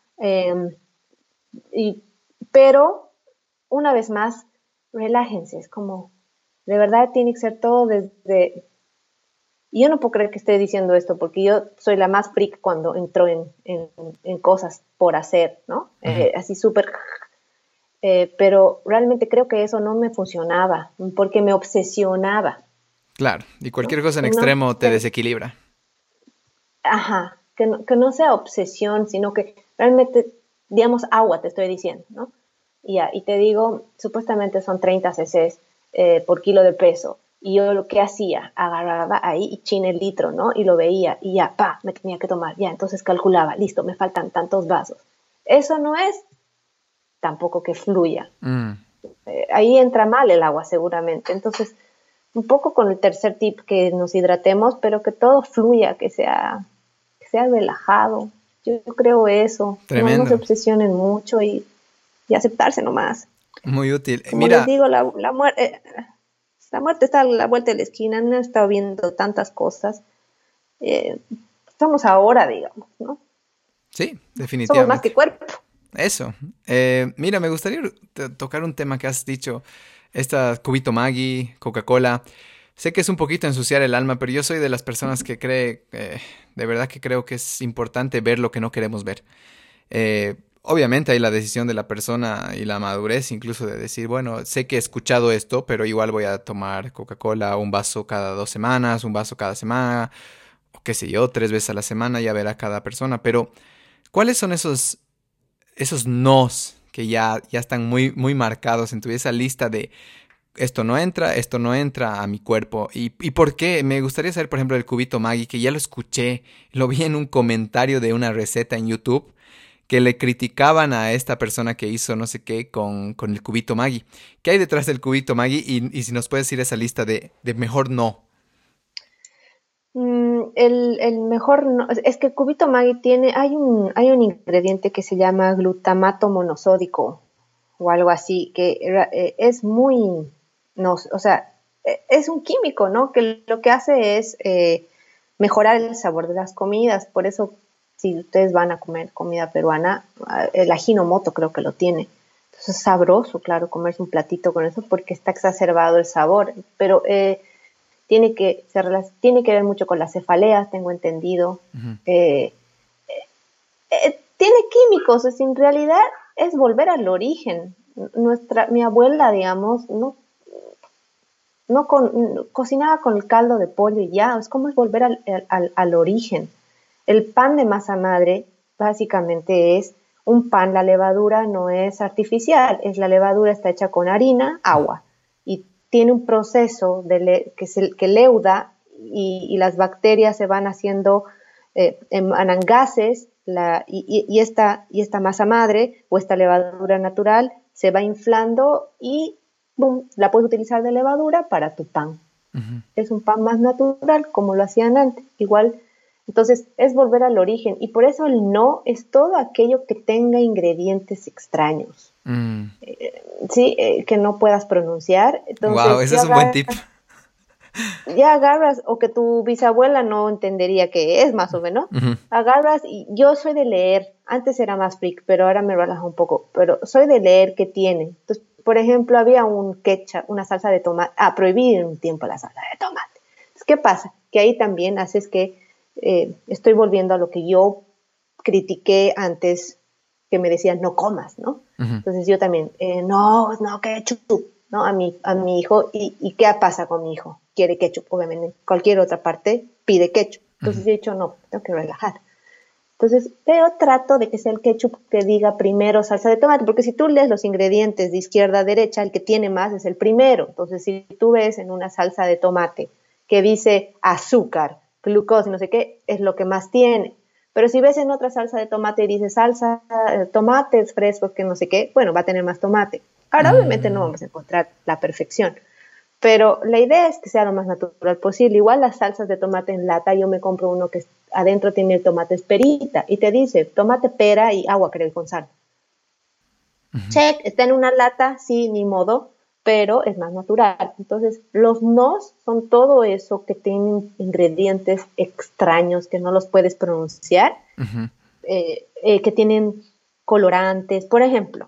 Pero, una vez más, relájense, es como, de verdad tiene que ser todo desde... Y yo no puedo creer que esté diciendo esto, porque yo soy la más freak cuando entro en cosas por hacer, ¿no? Así súper... pero realmente creo que eso no me funcionaba, porque me obsesionaba. Claro, y cualquier ¿no? cosa en extremo te desequilibra. Ajá, que no sea obsesión, sino que realmente, digamos, agua, te estoy diciendo, ¿no? Y te digo, supuestamente son 30 cc por kilo de peso. Y yo lo que hacía, agarraba ahí y chin el litro, ¿no? Y lo veía y ya, me tenía que tomar. Ya, entonces calculaba, listo, me faltan tantos vasos. Eso no es tampoco que fluya. ahí entra mal el agua seguramente. Entonces, un poco con el tercer tip, que nos hidratemos, pero que todo fluya, que sea relajado. Yo creo eso. No se Tremendo. obsesionen mucho y aceptarse nomás. Muy útil. Como les Mira, digo, la muerte está a la vuelta de la esquina, no he estado viendo tantas cosas. Eh, Estamos ahora, digamos, ¿no? sí, Somos más definitivamente. que cuerpo. Eso. Mira, me gustaría tocar un tema que has dicho. Esta Cubito Maggi, Coca-Cola. Sé que es un poquito ensuciar el alma, pero yo soy de las personas que de verdad que creo que es importante ver lo que no queremos ver. Obviamente hay la decisión de la persona y la madurez incluso de decir, bueno, sé que he escuchado esto, pero igual voy a tomar Coca-Cola, un vaso cada 2 semanas, un vaso cada semana, o qué sé yo, 3 veces a la semana, ya verá cada persona. Pero, ¿cuáles son esos nos que ya están muy, muy marcados en esa lista de esto no entra a mi cuerpo? ¿Y por qué? Me gustaría saber, por ejemplo, el cubito Maggi, que ya lo escuché, lo vi en un comentario de una receta en YouTube, que le criticaban a esta persona que hizo no sé qué con el cubito Maggi. ¿Qué hay detrás del cubito Maggi? Y si nos puedes ir a esa lista de mejor no. El mejor, es que el cubito Maggi hay un ingrediente que se llama glutamato monosódico o algo así, que es muy, no, o sea, es un químico, ¿no? Que lo que hace es mejorar el sabor de las comidas. Por eso, si ustedes van a comer comida peruana, el ajinomoto creo que lo tiene. Entonces es sabroso, claro, comerse un platito con eso porque está exacerbado el sabor. Pero tiene que ver mucho con las cefaleas, tengo entendido. Ujú. Eh, Tiene químicos, en realidad es volver al origen. Mi abuela, digamos, cocinaba con el caldo de pollo y ya, es como es volver al origen. El pan de masa madre básicamente es un pan, la levadura no es artificial, la levadura está hecha con harina, agua, y tiene un proceso que leuda y las bacterias se van haciendo, emanan gases, y esta masa madre o esta levadura natural se va inflando y boom, la puedes utilizar de levadura para tu pan. Ujú. Es un pan más natural, como lo hacían antes. Igual, entonces es volver al origen. Y por eso el no es todo aquello que tenga ingredientes extraños, Mm. ¿sí? Que no puedas pronunciar. Wow, Entonces ese es un buen tip. ya agarras, o que tu bisabuela no entendería qué es, más o menos. Ujú. Agarras, y yo soy de leer, antes era más freak, pero ahora me relaja un poco, pero soy de leer qué tiene. Entonces, por ejemplo, había un ketchup, una salsa de tomate, prohibí en un tiempo la salsa de tomate. Entonces, ¿qué pasa? Que ahí también haces que estoy volviendo a lo que yo critiqué antes, que me decían no comas, ¿no? Ujú. Entonces yo también, no, ketchup, ¿no? A mi hijo, ¿y qué pasa con mi hijo? Quiere ketchup, obviamente. En cualquier otra parte pide ketchup. Ujú. Entonces yo he dicho, no, tengo que relajar. Entonces, pero trato de que sea el ketchup que diga primero salsa de tomate, porque si tú lees los ingredientes de izquierda a derecha, el que tiene más es el primero. Entonces, si tú ves en una salsa de tomate que dice azúcar, glucosa y no sé qué, es lo que más tiene. Pero si ves en otra salsa de tomate y dice salsa, tomates frescos, que no sé qué, bueno, va a tener más tomate. Ahora, obviamente, no Mm. vamos a encontrar la perfección, pero la idea es que sea lo más natural posible. Igual las salsas de tomate en lata, yo me compro uno que adentro tiene el tomate esperita y te dice tomate pera y agua, creo, con sal. Ujú. Check, está en una lata, sí, ni modo, pero es más natural. Entonces, los nos son todo eso que tienen ingredientes extraños que no los puedes pronunciar, Ujú. que tienen colorantes. Por ejemplo,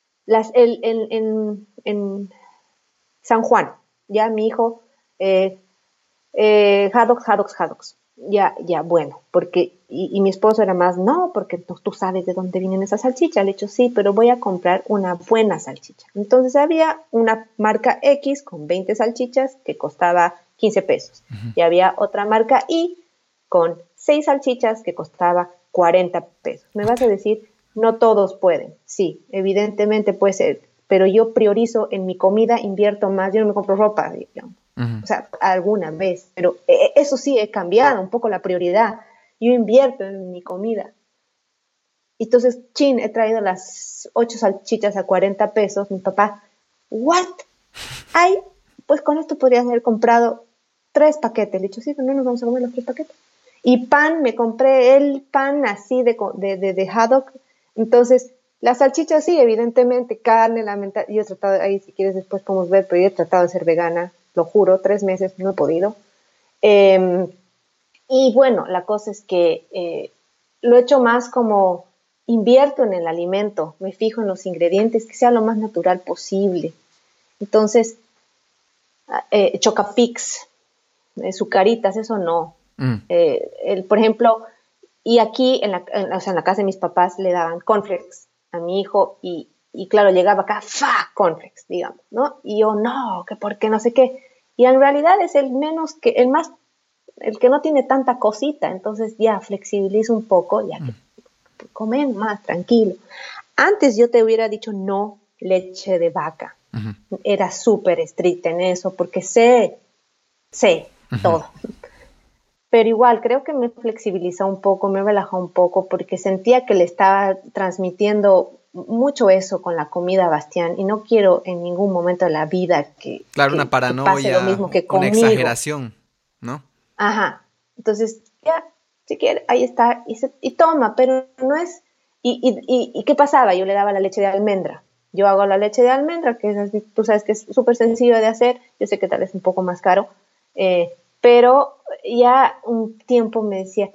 en San Juan, ya mi hijo, eh, hot dogs. Ya, bueno, y mi esposo era más, no, porque tú sabes de dónde vienen esas salchichas. Le he dicho, sí, pero voy a comprar una buena salchicha. Entonces había una marca X con 20 salchichas que costaba 15 pesos. Ujú. Y había otra marca Y con 6 salchichas que costaba 40 pesos. Me vas a decir, no todos pueden. Sí, evidentemente puede ser, pero yo priorizo en mi comida, invierto más, yo no me compro ropa, digamos. Ujú. O sea, alguna vez, pero eso sí, he cambiado un poco la prioridad. Yo invierto en mi comida. Entonces, chin, he traído las 8 salchichas a 40 pesos. Mi papá, ¿what? Ay, pues con esto podrías haber comprado 3 paquetes. Le he dicho, sí, pero no nos vamos a comer los 3 paquetes. Y pan, me compré el pan así de haddock. Entonces, las salchichas sí, evidentemente, carne, yo he tratado, ahí si quieres después podemos ver, pero yo he tratado de ser vegana, lo juro, 3 meses, no he podido. Y bueno, la cosa es que lo he hecho más como invierto en el alimento, me fijo en los ingredientes, que sea lo más natural posible. Entonces, Chocapix, Zucaritas, eso no. Por ejemplo, y aquí en la casa de mis papás le daban cornflakes a mi hijo y claro, llegaba acá, cornflakes, digamos, ¿no? Y yo, no, que por qué, no sé qué. Y en realidad es el que no tiene tanta cosita, entonces ya flexibilizo un poco, ya que comen más tranquilo. Antes yo te hubiera dicho no leche de vaca. Era súper estricta en eso porque sé todo. Pero igual creo que me flexibilizó un poco, me relajó un poco porque sentía que le estaba transmitiendo mucho eso con la comida a Bastián y no quiero en ningún momento de la vida Claro, una paranoia, que pase lo mismo que una conmigo. exageración, ¿no? Ajá. Entonces, ya, si quiere, ahí está, y toma, pero no es... ¿Y qué pasaba? Yo le daba la leche de almendra. Yo hago la leche de almendra, que es así, tú sabes que es súper sencillo de hacer, yo sé que tal vez un poco más caro, pero ya un tiempo me decía,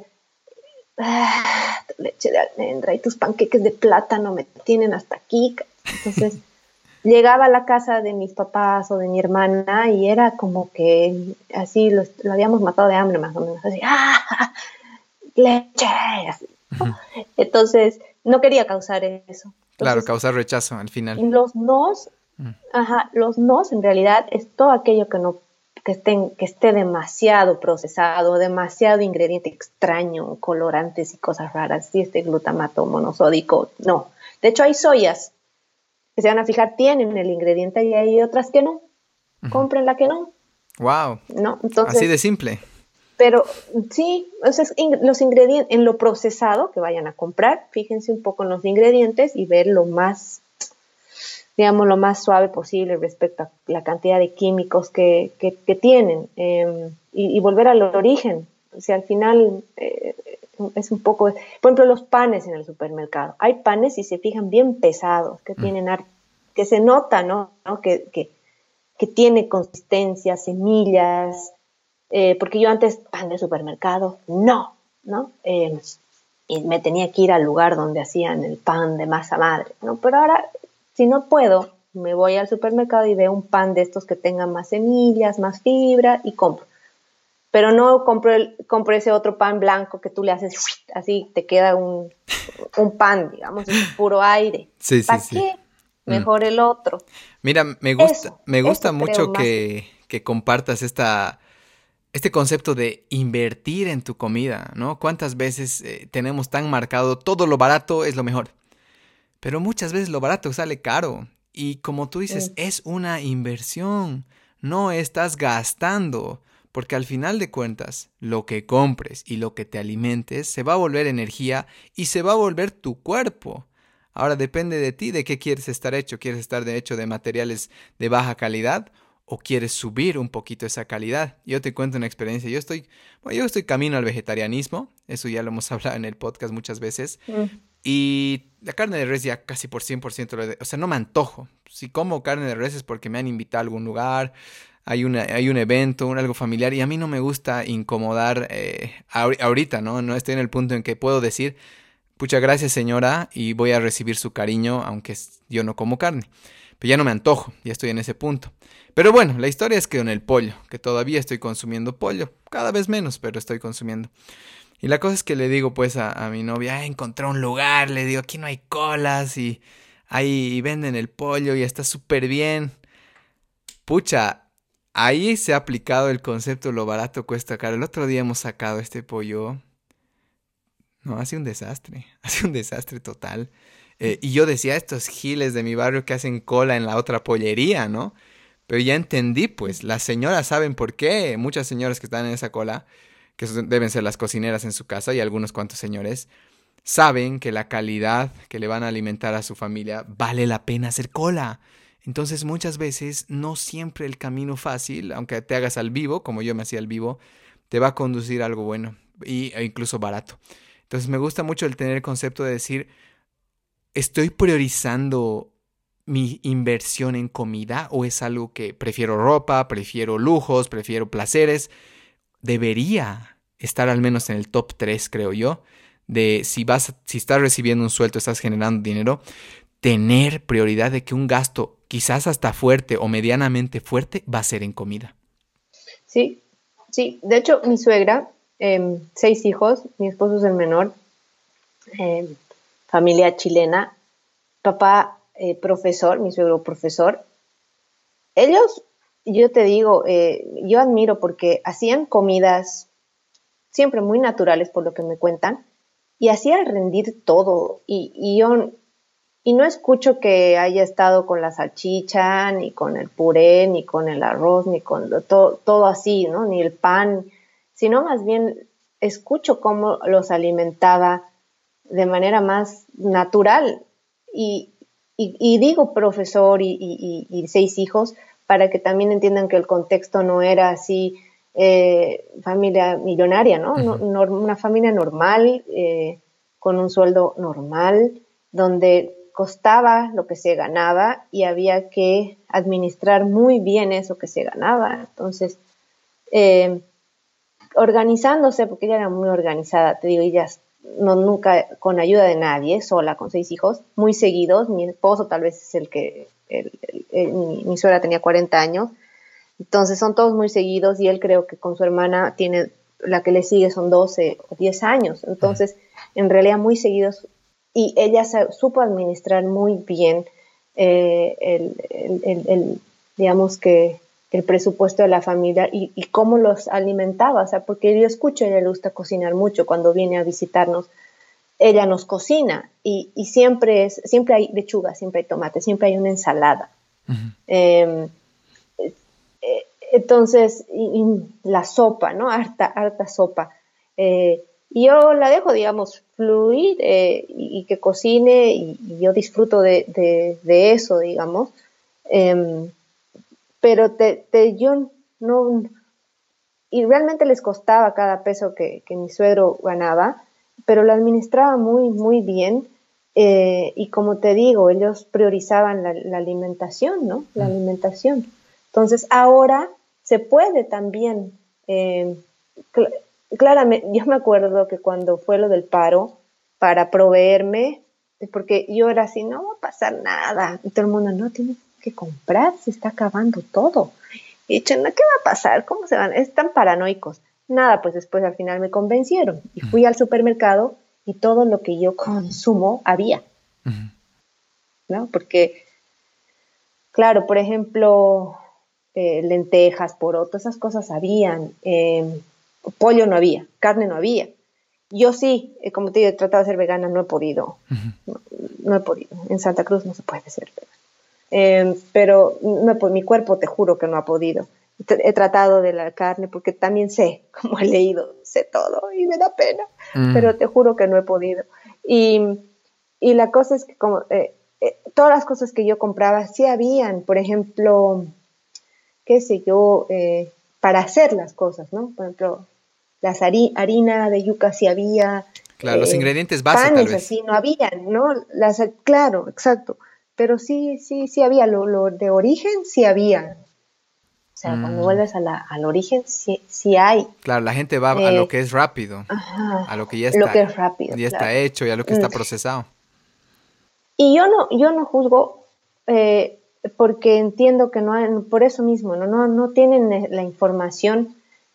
tu leche de almendra y tus panqueques de plátano me tienen hasta aquí. Entonces llegaba a la casa de mis papás o de mi hermana y era como que así lo habíamos matado de hambre más o menos, así, leche, así, ¿no? Entonces no quería causar eso. Claro, Entonces, causar rechazo al final. los nos, los nos en realidad es todo aquello que esté demasiado procesado, demasiado ingrediente extraño, colorantes y cosas raras, y este glutamato monosódico, no. De hecho hay soyas que se van a fijar, tienen el ingrediente y hay otras que no. Compren la que no. Wow. ¿No? Entonces, así de simple. Pero sí, o sea, los ingredientes, en lo procesado que vayan a comprar, fíjense un poco en los ingredientes y ver lo más, digamos, lo más suave posible respecto a la cantidad de químicos que tienen y volver al origen. O sea, al final es un poco, por ejemplo, los panes en el supermercado. Hay panes, si se fijan, bien pesados, que tienen que se nota, ¿no? Que tiene consistencia, semillas, porque yo antes, pan de supermercado, no. Y me tenía que ir al lugar donde hacían el pan de masa madre, ¿no? Pero ahora, si no puedo, me voy al supermercado y veo un pan de estos que tengan más semillas, más fibra y compro. Pero no compro ese otro pan blanco que tú le haces así, te queda un pan, digamos, es puro aire. Sí, sí, ¿Para sí. qué? Mejor el otro. Mira, me gusta Eso creo mucho más. que compartas este concepto de invertir en tu comida, ¿no? ¿Cuántas veces tenemos tan marcado todo lo barato es lo mejor? Pero muchas veces lo barato sale caro. Y como tú dices, es una inversión. No estás gastando. Porque al final de cuentas, lo que compres y lo que te alimentes se va a volver energía y se va a volver tu cuerpo. Ahora depende de ti de qué quieres estar hecho. ¿Quieres estar de hecho de materiales de baja calidad o quieres subir un poquito esa calidad? Yo te cuento una experiencia. Yo estoy camino al vegetarianismo. Eso ya lo hemos hablado en el podcast muchas veces. Y la carne de res ya casi por 100%, o sea, no me antojo. Si como carne de res es porque me han invitado a algún lugar, hay un evento, algo familiar, y a mí no me gusta incomodar ahorita, ¿no? No estoy en el punto en que puedo decir, pucha, gracias señora, y voy a recibir su cariño, aunque yo no como carne. Pero ya no me antojo, ya estoy en ese punto. Pero bueno, la historia es que con el pollo, que todavía estoy consumiendo pollo, cada vez menos, pero estoy consumiendo. Y la cosa es que le digo pues a mi novia, encontré un lugar, le digo, aquí no hay colas y ahí venden el pollo y está súper bien. Pucha, ahí se ha aplicado el concepto lo barato cuesta caro. El otro día hemos sacado este pollo. No, ha sido un desastre total. Y yo decía, estos giles de mi barrio que hacen cola en la otra pollería, ¿no? Pero ya entendí, pues, las señoras saben por qué. Muchas señoras que están en esa cola, deben ser las cocineras en su casa y algunos cuantos señores, saben que la calidad que le van a alimentar a su familia vale la pena hacer cola. Entonces muchas veces no siempre el camino fácil, aunque te hagas al vivo, como yo me hacía al vivo, te va a conducir a algo bueno e incluso barato. Entonces me gusta mucho el tener el concepto de decir, ¿estoy priorizando mi inversión en comida o es algo que prefiero ropa, prefiero lujos, prefiero placeres? Debería estar al menos en el top 3, creo yo, de si estás recibiendo un sueldo, estás generando dinero, tener prioridad de que un gasto quizás hasta fuerte o medianamente fuerte va a ser en comida. Sí, sí. De hecho, mi suegra, 6 hijos, mi esposo es el menor, eh, familia chilena, papá profesor, mi suegro profesor. Ellos, yo te digo, yo admiro porque hacían comidas siempre muy naturales por lo que me cuentan y hacían rendir todo y no escucho que haya estado con la salchicha, ni con el puré, ni con el arroz, ni con todo así, ¿no? Ni el pan, sino más bien escucho cómo los alimentaba de manera más natural. Y, y digo profesor y 6 hijos para que también entiendan que el contexto no era así, familia millonaria, ¿no? Una familia normal, con un sueldo normal, donde costaba lo que se ganaba y había que administrar muy bien eso que se ganaba. Entonces, eh, organizándose, porque ella era muy organizada, te digo, ella no, nunca con ayuda de nadie, sola con 6 hijos, muy seguidos. Mi esposo tal vez es el que, mi suegra tenía 40 años, entonces son todos muy seguidos y él creo que con su hermana tiene, la que le sigue son 12 o 10 años, entonces en realidad muy seguidos y ella supo administrar muy bien digamos que el presupuesto de la familia y cómo los alimentaba, o sea, porque yo escucho, a ella le gusta cocinar mucho, cuando viene a visitarnos, ella nos cocina y siempre hay lechuga, siempre hay tomate, siempre hay una ensalada. Uh-huh. Entonces, la sopa, ¿no? Harta sopa. Y yo la dejo, digamos, fluir y que cocine y yo disfruto de eso, digamos. Pero yo no, y realmente les costaba cada peso que mi suegro ganaba, pero lo administraba muy, muy bien. Y como te digo, ellos priorizaban la alimentación, ¿no? La alimentación. Entonces, ahora se puede también, claramente, yo me acuerdo que cuando fue lo del paro, para proveerme, porque yo era así, no va a pasar nada. Y todo el mundo, no, tiene que comprar, se está acabando todo. Y dije, ¿qué va a pasar? ¿Cómo se van? Están paranoicos. Nada, pues después al final me convencieron y fui al supermercado y todo lo que yo consumo había, ¿no? Porque, claro, por ejemplo, lentejas, porotos, esas cosas habían, pollo no había, carne no había. Yo sí, como te digo, he tratado de ser vegana, no he podido, no he podido. En Santa Cruz no se puede ser vegana. Pero mi cuerpo te juro que no ha podido. He tratado de la carne porque también sé, como he leído, sé todo y me da pena, pero te juro que no he podido. Y la cosa es que como todas las cosas que yo compraba sí habían, por ejemplo, qué sé yo, para hacer las cosas, ¿no? Por ejemplo, harina de yuca sí había, Claro, los ingredientes base tal panes vez. así no habían, ¿no? Claro, exacto, pero sí había, lo de origen sí había. O sea, cuando vuelves al origen, sí hay. Claro, la gente va a lo que es rápido, Ajá, a lo que lo que es rápido, ya está claro. hecho y a lo que está procesado. Y yo no juzgo, porque entiendo que no hay, por eso mismo, no tienen la información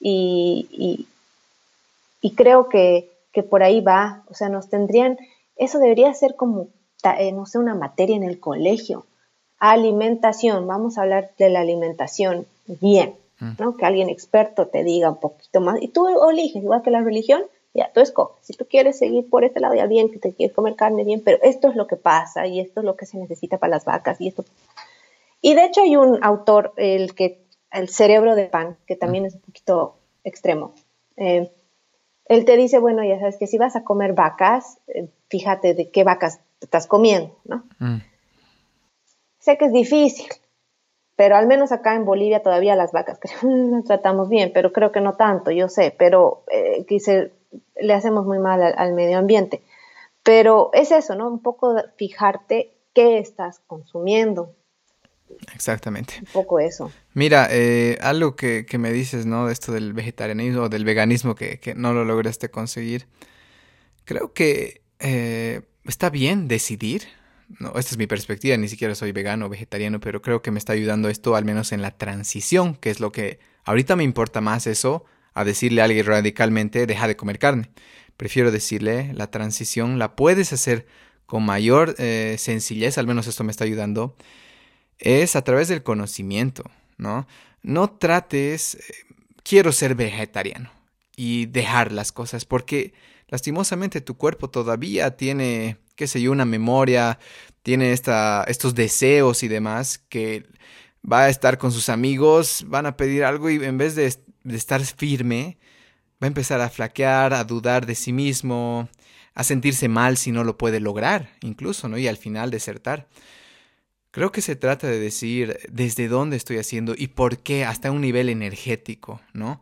y, y creo que por ahí va. O sea, eso debería ser como, no sé, una materia en el colegio. Alimentación, vamos a hablar de la alimentación bien, ¿no? Que alguien experto te diga un poquito más. Y tú eliges, igual que la religión, ya tú escoges. Si tú quieres seguir por este lado, ya bien, que te quieres comer carne, bien, pero esto es lo que pasa y esto es lo que se necesita para las vacas y esto. Y de hecho hay un autor, el cerebro de pan, que también es un poquito extremo. Él te dice, bueno, ya sabes que si vas a comer vacas, fíjate de qué vacas te estás comiendo, ¿no? sé que es difícil, pero al menos acá en Bolivia todavía las vacas las tratamos bien, pero creo que no tanto, yo sé, pero le hacemos muy mal al medio ambiente. Pero es eso, ¿no? Un poco fijarte qué estás consumiendo. Exactamente. Un poco eso. Mira, algo que me dices, ¿no? De esto del vegetarianismo o del veganismo que no lo lograste conseguir. Creo que está bien decidir. No, esta es mi perspectiva, ni siquiera soy vegano o vegetariano, pero creo que me está ayudando esto al menos en la transición, que es lo que ahorita me importa más eso a decirle a alguien radicalmente deja de comer carne. Prefiero decirle la transición la puedes hacer con mayor sencillez, al menos esto me está ayudando, es a través del conocimiento, ¿no? No trates, quiero ser vegetariano y dejar las cosas, porque lastimosamente tu cuerpo todavía tiene, qué sé yo, una memoria, tiene estos deseos y demás que va a estar con sus amigos, van a pedir algo y en vez de estar firme, va a empezar a flaquear, a dudar de sí mismo, a sentirse mal si no lo puede lograr, incluso, ¿no? Y al final desertar. Creo que se trata de decir desde dónde estoy haciendo y por qué, hasta un nivel energético, ¿no?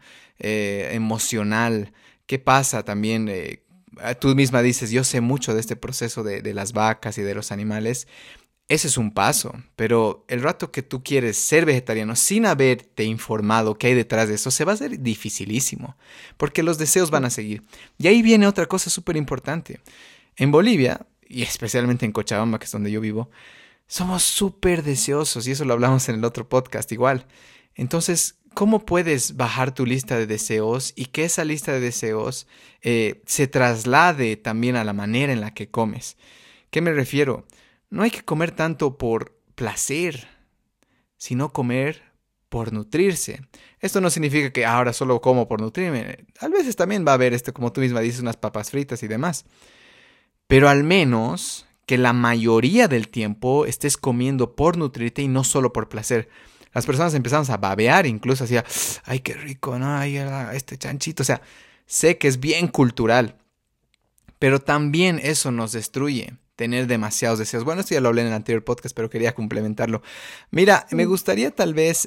Emocional. ¿Qué pasa también? Tú misma dices, yo sé mucho de este proceso de las vacas y de los animales. Ese es un paso, pero el rato que tú quieres ser vegetariano sin haberte informado qué hay detrás de eso, se va a hacer dificilísimo, porque los deseos van a seguir. Y ahí viene otra cosa súper importante. En Bolivia, y especialmente en Cochabamba, que es donde yo vivo, somos súper deseosos y eso lo hablamos en el otro podcast igual. Entonces, ¿cómo puedes bajar tu lista de deseos y que esa lista de deseos se traslade también a la manera en la que comes? ¿Qué me refiero? No hay que comer tanto por placer, sino comer por nutrirse. Esto no significa que ahora solo como por nutrirme. A veces también va a haber, como tú misma dices, unas papas fritas y demás. Pero al menos que la mayoría del tiempo estés comiendo por nutrirte y no solo por placer. Las personas empezamos a babear, incluso hacía, ay, qué rico, ¿no? Ay, este chanchito. O sea, sé que es bien cultural, pero también eso nos destruye, tener demasiados deseos. Bueno, esto ya lo hablé en el anterior podcast, pero quería complementarlo. Mira, me gustaría tal vez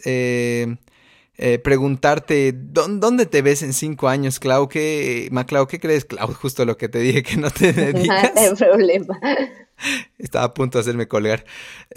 preguntarte, ¿dónde te ves en 5 años, Clau? Maclau, ¿qué crees, Clau? Justo lo que te dije que no te No hay dedicas. problema. Estaba a punto de hacerme colgar.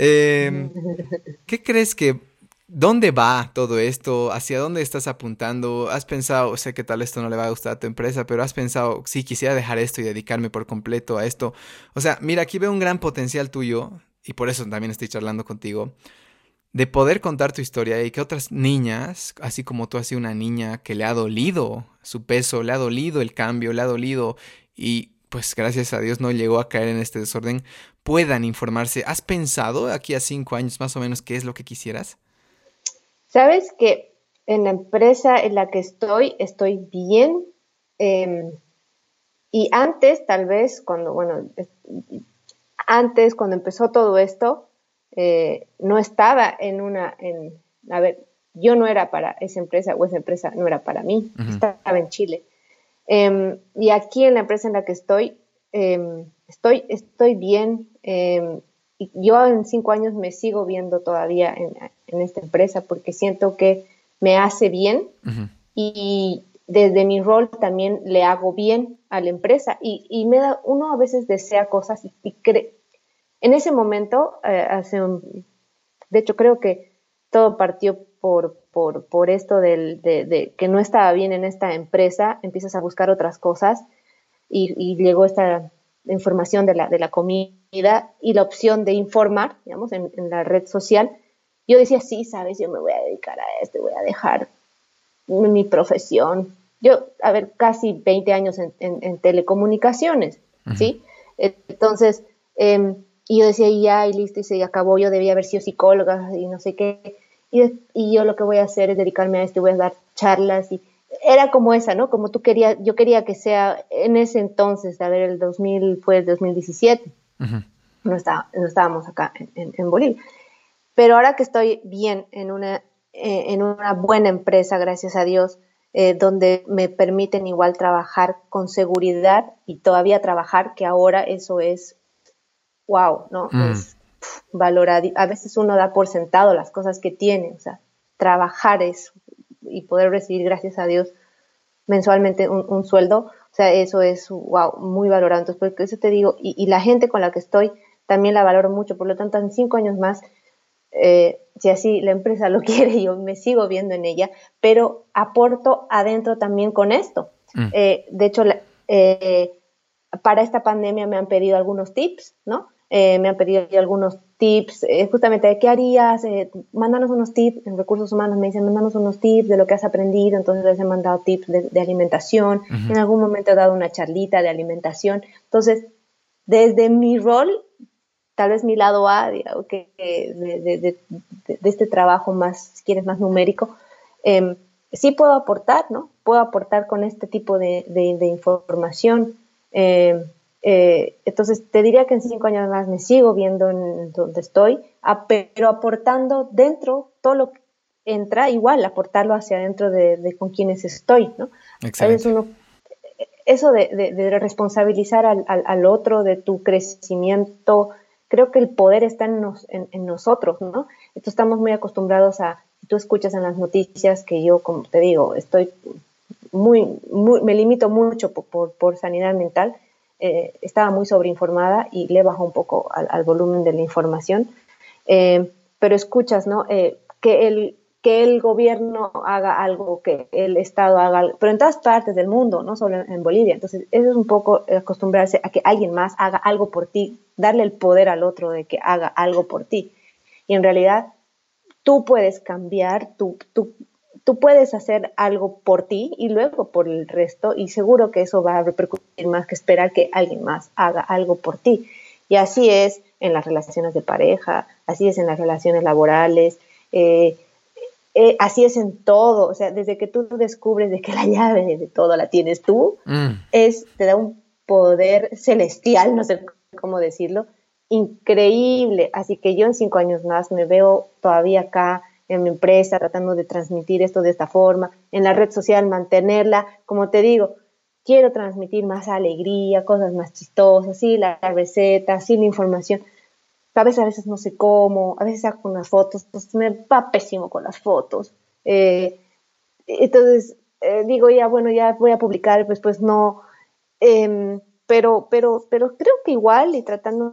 ¿Qué crees que, dónde va todo esto? ¿Hacia dónde estás apuntando? ¿Has pensado, sé que tal esto no le va a gustar a tu empresa, pero has pensado, sí, quisiera dejar esto y dedicarme por completo a esto? O sea, mira, aquí veo un gran potencial tuyo y por eso también estoy charlando contigo, de poder contar tu historia y que otras niñas, así como tú has sido una niña que le ha dolido su peso, le ha dolido el cambio, le ha dolido y pues gracias a Dios no llegó a caer en este desorden, puedan informarse. ¿Has pensado aquí a 5 años más o menos qué es lo que quisieras? Sabes que en la empresa en la que estoy bien. eh, y antes, tal vez, antes, cuando empezó todo esto, no estaba a ver, yo no era para esa empresa o esa empresa no era para mí, Ujú. estaba en Chile. Y aquí en la empresa en la que estoy bien. Y yo en 5 años me sigo viendo todavía en esta empresa porque siento que me hace bien Ujú. y desde mi rol también le hago bien a la empresa y uno a veces desea cosas y cree. En ese momento, de hecho creo que todo partió por esto de que no estaba bien en esta empresa, empiezas a buscar otras cosas y llegó esta información de la comida y la opción de informar, digamos, en la red social. Yo decía, sí, sabes, yo me voy a dedicar a esto, voy a dejar mi profesión. Yo, a ver, casi 20 años en telecomunicaciones, Ujú. ¿sí? Entonces, y yo decía, y ya, y listo, y se acabó, yo debía haber sido psicóloga y no sé qué. Y yo lo que voy a hacer es dedicarme a esto, voy a dar charlas y era como esa, ¿no? Como yo quería que sea en ese entonces, a ver, fue el 2017, Ujú. no estábamos acá en Bolivia. Pero ahora que estoy bien en una buena empresa, gracias a Dios, donde me permiten igual trabajar con seguridad y todavía trabajar, que ahora eso es wow, ¿no? Mm. valorar, a veces uno da por sentado las cosas que tiene, o sea, trabajar eso y poder recibir, gracias a Dios, mensualmente un sueldo, o sea, eso es, wow, muy valorado. Entonces, por eso te digo, y la gente con la que estoy también la valoro mucho, por lo tanto, en 5 años más, si así la empresa lo quiere, yo me sigo viendo en ella, pero aporto adentro también con esto. De hecho, para esta pandemia me han pedido algunos tips, ¿no? Me han pedido algunos tips, justamente de qué harías, mándanos unos tips. En recursos humanos me dicen, mándanos unos tips de lo que has aprendido. Entonces les he mandado tips de alimentación. Uh-huh. En algún momento he dado una charlita de alimentación. Entonces, desde mi rol, tal vez mi lado A, digamos, de este trabajo más, si quieres, más numérico, sí puedo aportar, ¿no? Puedo aportar con este tipo de información. Entonces te diría que en 5 años más me sigo viendo en donde estoy, pero aportando dentro todo lo que entra, igual aportarlo hacia adentro de con quienes estoy, ¿no? Excelente. A veces uno, eso de responsabilizar al otro, de tu crecimiento, creo que el poder está en nosotros, ¿no? Entonces estamos muy acostumbrados a, si tú escuchas en las noticias, que yo, como te digo, estoy me limito mucho por sanidad mental, estaba muy sobreinformada y le bajo un poco al volumen de la información, pero escuchas, ¿no? Que el gobierno haga algo, que el Estado haga algo, pero en todas partes del mundo, no solo en Bolivia. Entonces, eso es un poco acostumbrarse a que alguien más haga algo por ti, darle el poder al otro de que haga algo por ti. Y en realidad, tú puedes cambiar, tú puedes hacer algo por ti y luego por el resto, y seguro que eso va a repercutir más que esperar que alguien más haga algo por ti. Y así es en las relaciones de pareja, así es en las relaciones laborales, así es en todo. O sea, desde que tú descubres de que la llave de todo la tienes tú, te da un poder celestial, no sé cómo decirlo, increíble. Así que yo en 5 años más me veo todavía acá en mi empresa tratando de transmitir esto de esta forma, en la red social mantenerla, como te digo, quiero transmitir más alegría, cosas más chistosas, sí, la receta, sí, la información. A veces no sé cómo, a veces saco unas fotos, pues me va pésimo con las fotos. Entonces, digo, ya, bueno, ya voy a publicar, pues no. Pero creo que igual, y tratando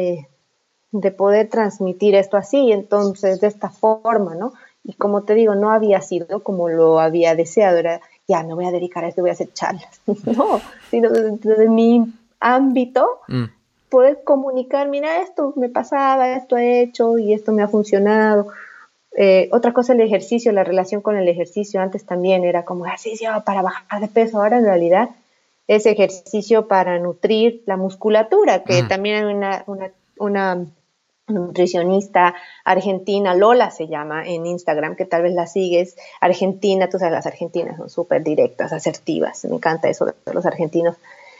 de poder transmitir esto así, entonces, de esta forma, ¿no? Y como te digo, no había sido como lo había deseado, era, ya, me voy a dedicar a esto, voy a hacer charlas. No, sino desde mi ámbito, poder comunicar, mira, esto me pasaba, esto he hecho y esto me ha funcionado. Otra cosa, el ejercicio, la relación con el ejercicio. Antes también era como ejercicio para bajar de peso, ahora en realidad es ejercicio para nutrir la musculatura, que también hay una nutricionista argentina, Lola se llama en Instagram, que tal vez la sigues, argentina, tú sabes, las argentinas son súper directas, asertivas, me encanta eso de los argentinos,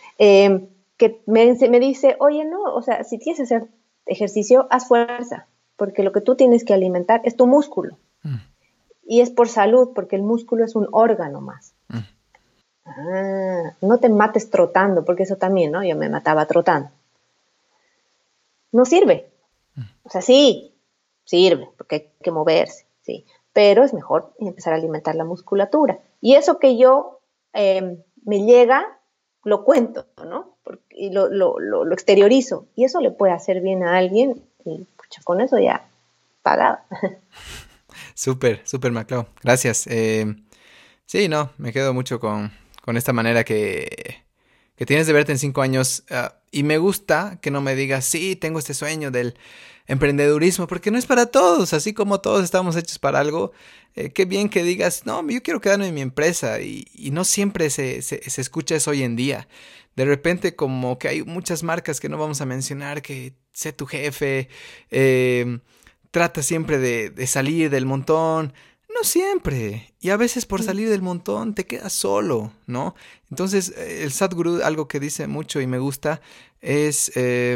que me dice, oye, no, o sea, si quieres hacer ejercicio, haz fuerza, porque lo que tú tienes que alimentar es tu músculo, y es por salud, porque el músculo es un órgano más. No te mates trotando, porque eso también, ¿no? Yo me mataba trotando. No sirve. O sea, sí, sirve, porque hay que moverse, sí, pero es mejor empezar a alimentar la musculatura. Y eso que yo me llega, lo cuento, ¿no? Y lo exteriorizo. Y eso le puede hacer bien a alguien, y pucha, con eso ya pagaba. Súper, súper, Maclau. Gracias. Sí, no, me quedo mucho con esta manera que tienes de verte en 5 años. Y me gusta que no me digas, sí, tengo este sueño del emprendedurismo, porque no es para todos. Así como todos estamos hechos para algo, qué bien que digas, no, yo quiero quedarme en mi empresa. Y no siempre se escucha eso hoy en día. De repente como que hay muchas marcas que no vamos a mencionar, que sé tu jefe, trata siempre de salir del montón. No siempre. Y a veces por salir del montón te quedas solo, ¿no? Entonces, el Sadhguru, algo que dice mucho y me gusta, es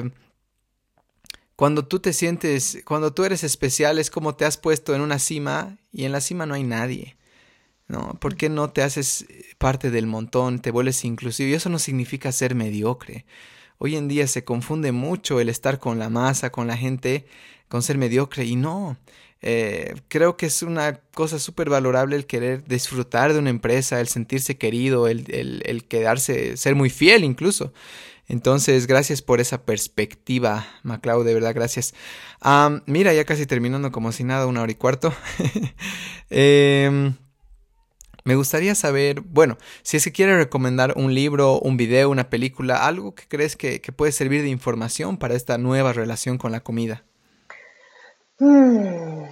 cuando tú te sientes, cuando tú eres especial, es como te has puesto en una cima y en la cima no hay nadie, ¿no? ¿Por qué no te haces parte del montón, te vuelves inclusivo? Y eso no significa ser mediocre hoy en día se confunde mucho el estar con la masa, con la gente, con ser mediocre y no. Creo que es una cosa súper valorable el querer disfrutar de una empresa, el sentirse querido, el quedarse, ser muy fiel incluso. Entonces, gracias por esa perspectiva, Maclau, de verdad, gracias. Mira, ya casi terminando como si nada, 1 hora y cuarto. Em, Me gustaría saber, bueno, si es que quieres recomendar un libro, un video, una película, algo que crees que puede servir de información para esta nueva relación con la comida. Mm,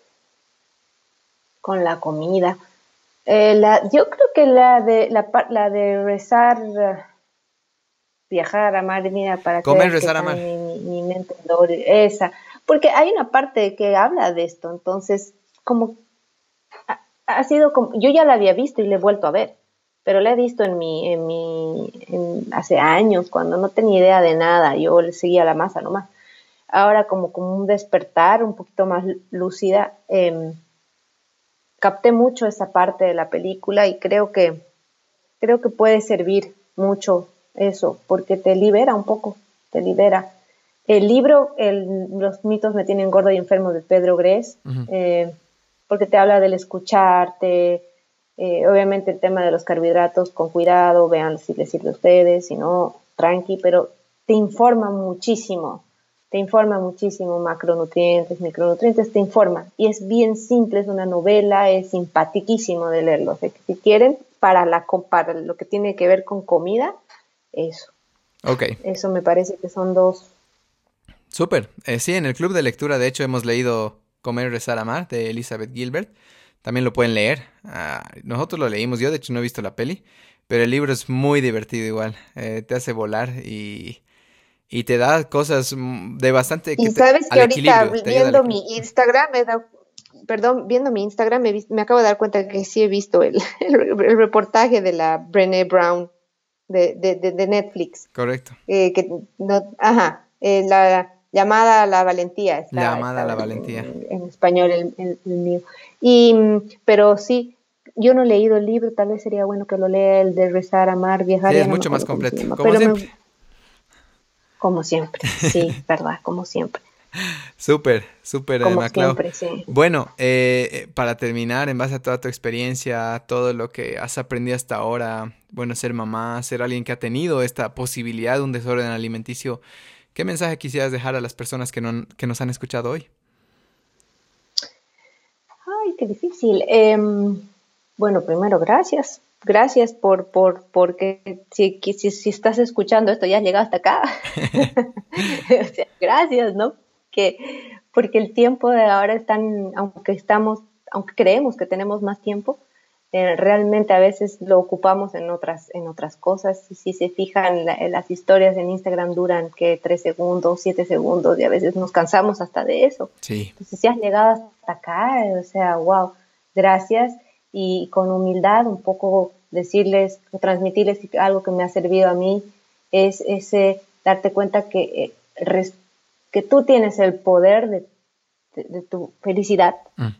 con la comida. Yo creo que la de rezar, viajar, amar, mira, para que Comer, veas que rezar, está amar. mi mente en doble, esa, porque hay una parte que habla de esto, entonces, como ha sido como, yo ya la había visto y la he vuelto a ver, pero la he visto hace años, cuando no tenía idea de nada, yo le seguía la masa nomás. Ahora como un despertar un poquito más lúcida, capté mucho esa parte de la película y creo que puede servir mucho eso, porque te libera un poco, te libera. El libro, Los mitos me tienen gordo y enfermo de Pedro Grés, Ujú. porque te habla del escucharte, obviamente el tema de los carbohidratos, con cuidado, vean si les sirve a ustedes, si no, tranqui, pero te informa muchísimo, macronutrientes, micronutrientes, te informa. Y es bien simple, es una novela, es simpaticísimo de leerlo. O sea, que si quieren, para lo que tiene que ver con comida, eso. Ok, Eso me parece que son dos. súper. Sí, en el club de lectura, de hecho, hemos leído Comer, rezar, amar de Elizabeth Gilbert. También lo pueden leer. Nosotros lo leímos, yo de hecho no he visto la peli, pero el libro es muy divertido igual. Te hace volar y te da cosas de bastante Y sabes que al ahorita equilibrio, te ayuda al viendo equilibrio. mi Instagram, perdón, viendo mi Instagram me acabo de dar cuenta que sí he visto el reportaje de la Brené Brown de Netflix. Correcto. Que no, ajá, la llamada a la valentía Llamada a estaba la en, valentía. en español el mío. Pero sí, yo no he leído el libro, tal vez sería bueno que lo lea, el de rezar, amar, Sí, viajar, es ya no me mucho más acuerdo cómo se completo, llama, como siempre. como siempre, sí, verdad, Súper, súper, como Maclao. siempre, sí. Bueno, para terminar, en base a toda tu experiencia, todo lo que has aprendido hasta ahora, bueno, ser mamá, ser alguien que ha tenido esta posibilidad de un desorden alimenticio, ¿qué mensaje quisieras dejar a las personas que nos han escuchado hoy? Ay, qué difícil. Bueno, primero, gracias. Gracias porque si estás escuchando esto, ya has llegado hasta acá. O sea, gracias, ¿no? Porque el tiempo de ahora es tan, aunque creemos que tenemos más tiempo, realmente a veces lo ocupamos en otras cosas. Y si se fijan, las historias en Instagram duran que 3 segundos, 7 segundos, y a veces nos cansamos hasta de eso. Sí, Entonces, si has llegado hasta acá, o sea, wow, gracias. Y con humildad, un poco decirles, transmitirles algo que me ha servido a mí, es ese darte cuenta que tú tienes el poder de tu felicidad, mm,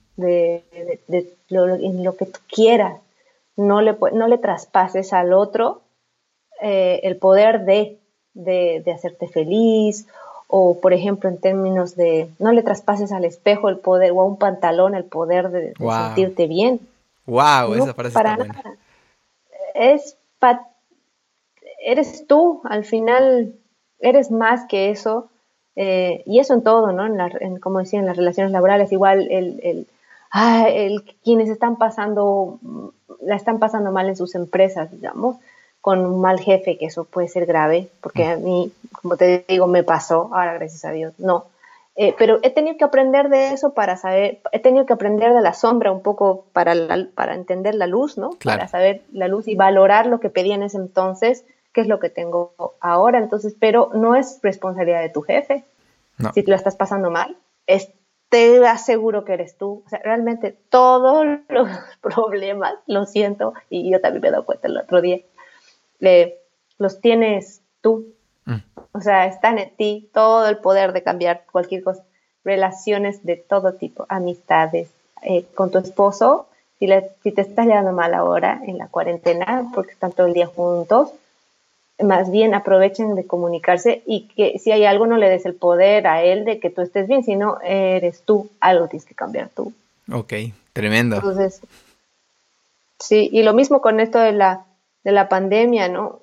en lo que tú quieras. No le traspases al otro el poder de hacerte feliz, o por ejemplo en términos de no le traspases al espejo el poder, o a un pantalón el poder de wow, sentirte bien. wow, esa No, frase está para buena. nada. Es pa- Eres tú, al final eres más que eso, y eso en todo, ¿no? Como decía, en las relaciones laborales, igual quienes la están pasando mal en sus empresas, digamos, con un mal jefe, que eso puede ser grave, porque Mm, a mí, como te digo, me pasó, ahora gracias a Dios, no. Pero he tenido que aprender de eso para saber, he tenido que aprender de la sombra un poco para entender la luz, ¿no? claro, Para saber la luz y valorar lo que pedí en ese entonces, qué es lo que tengo ahora. Entonces, pero no es responsabilidad de tu jefe. no, Si te lo estás pasando mal, te aseguro que eres tú. O sea, realmente todos los problemas, lo siento, y yo también me he dado cuenta el otro día, los tienes tú. mm, O sea, están en ti todo el poder de cambiar cualquier cosa. Relaciones de todo tipo, amistades, con tu esposo. Si te estás llevando mal ahora en la cuarentena porque están todo el día juntos, más bien aprovechen de comunicarse y que si hay algo no le des el poder a él de que tú estés bien, sino eres tú, algo tienes que cambiar tú. Ok, tremendo. Entonces, sí, y lo mismo con esto de la pandemia, ¿no?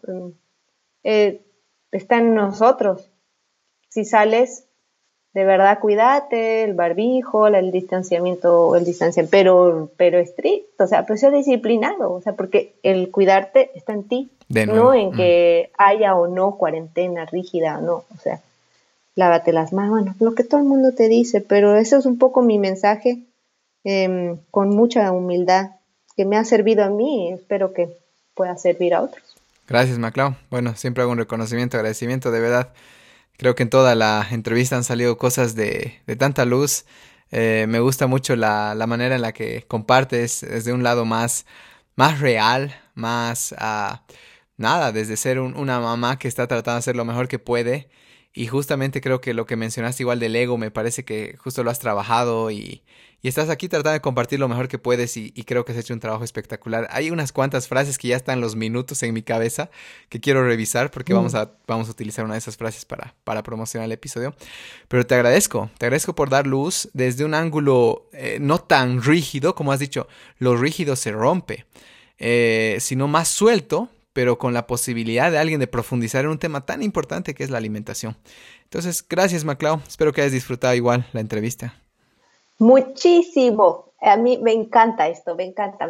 Está en nosotros. Si sales, de verdad cuídate, el barbijo, el distanciamiento, pero estricto, o sea, pero sea disciplinado, o sea, porque el cuidarte está en ti, De nuevo. no en que haya o no cuarentena rígida o no, o sea, lávate las manos, bueno, lo que todo el mundo te dice, pero eso es un poco mi mensaje, con mucha humildad, que me ha servido a mí y espero que pueda servir a otros. Gracias, Maclau. Bueno, siempre hago un reconocimiento, agradecimiento, de verdad. Creo que en toda la entrevista han salido cosas de tanta luz. Me gusta mucho la manera en la que compartes desde un lado más real, más, nada, desde ser una mamá que está tratando de hacer lo mejor que puede. Y justamente creo que lo que mencionaste igual del ego, me parece que justo lo has trabajado y estás aquí tratando de compartir lo mejor que puedes y creo que has hecho un trabajo espectacular. Hay unas cuantas frases que ya están los minutos en mi cabeza que quiero revisar porque vamos a utilizar una de esas frases para promocionar el episodio. Pero te agradezco por dar luz desde un ángulo no tan rígido, como has dicho, lo rígido se rompe, sino más suelto, pero con la posibilidad de alguien de profundizar en un tema tan importante que es la alimentación. Entonces, gracias, Maclau. Espero que hayas disfrutado igual la entrevista. Muchísimo. A mí me encanta esto, me encanta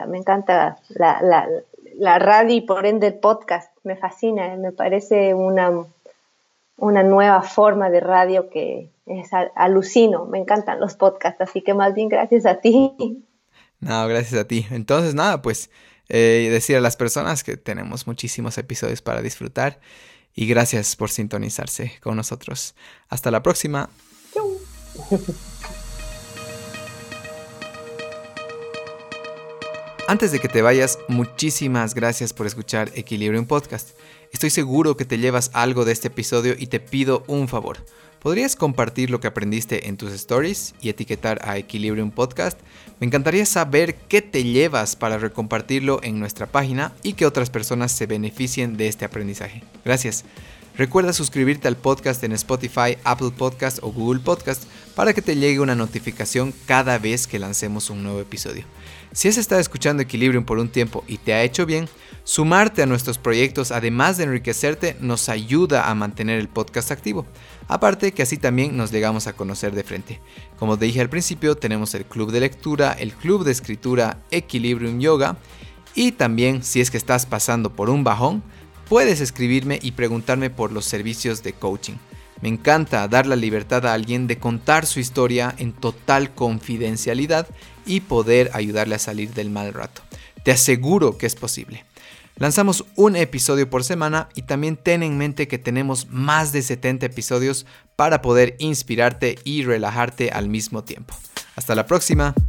la radio y por ende el podcast. Me fascina, me parece una nueva forma de radio que es alucino. Me encantan los podcasts, así que más bien gracias a ti. No, gracias a ti. Entonces, nada, pues decir a las personas que tenemos muchísimos episodios para disfrutar y gracias por sintonizarse con nosotros. Hasta la próxima. Chau. Antes de que te vayas, muchísimas gracias por escuchar Equilibrium Podcast. Estoy seguro que te llevas algo de este episodio y te pido un favor. ¿Podrías compartir lo que aprendiste en tus stories y etiquetar a Equilibrium Podcast? Me encantaría saber qué te llevas para recompartirlo en nuestra página y que otras personas se beneficien de este aprendizaje. Gracias. Recuerda suscribirte al podcast en Spotify, Apple Podcast o Google Podcast para que te llegue una notificación cada vez que lancemos un nuevo episodio. Si has estado escuchando Equilibrium por un tiempo y te ha hecho bien, sumarte a nuestros proyectos, además de enriquecerte, nos ayuda a mantener el podcast activo. Aparte que así también nos llegamos a conocer de frente. Como te dije al principio, tenemos el club de lectura, el club de escritura, Equilibrium Yoga y también si es que estás pasando por un bajón, puedes escribirme y preguntarme por los servicios de coaching. Me encanta dar la libertad a alguien de contar su historia en total confidencialidad y poder ayudarle a salir del mal rato. Te aseguro que es posible. Lanzamos un episodio por semana y también ten en mente que tenemos más de 70 episodios para poder inspirarte y relajarte al mismo tiempo. Hasta la próxima.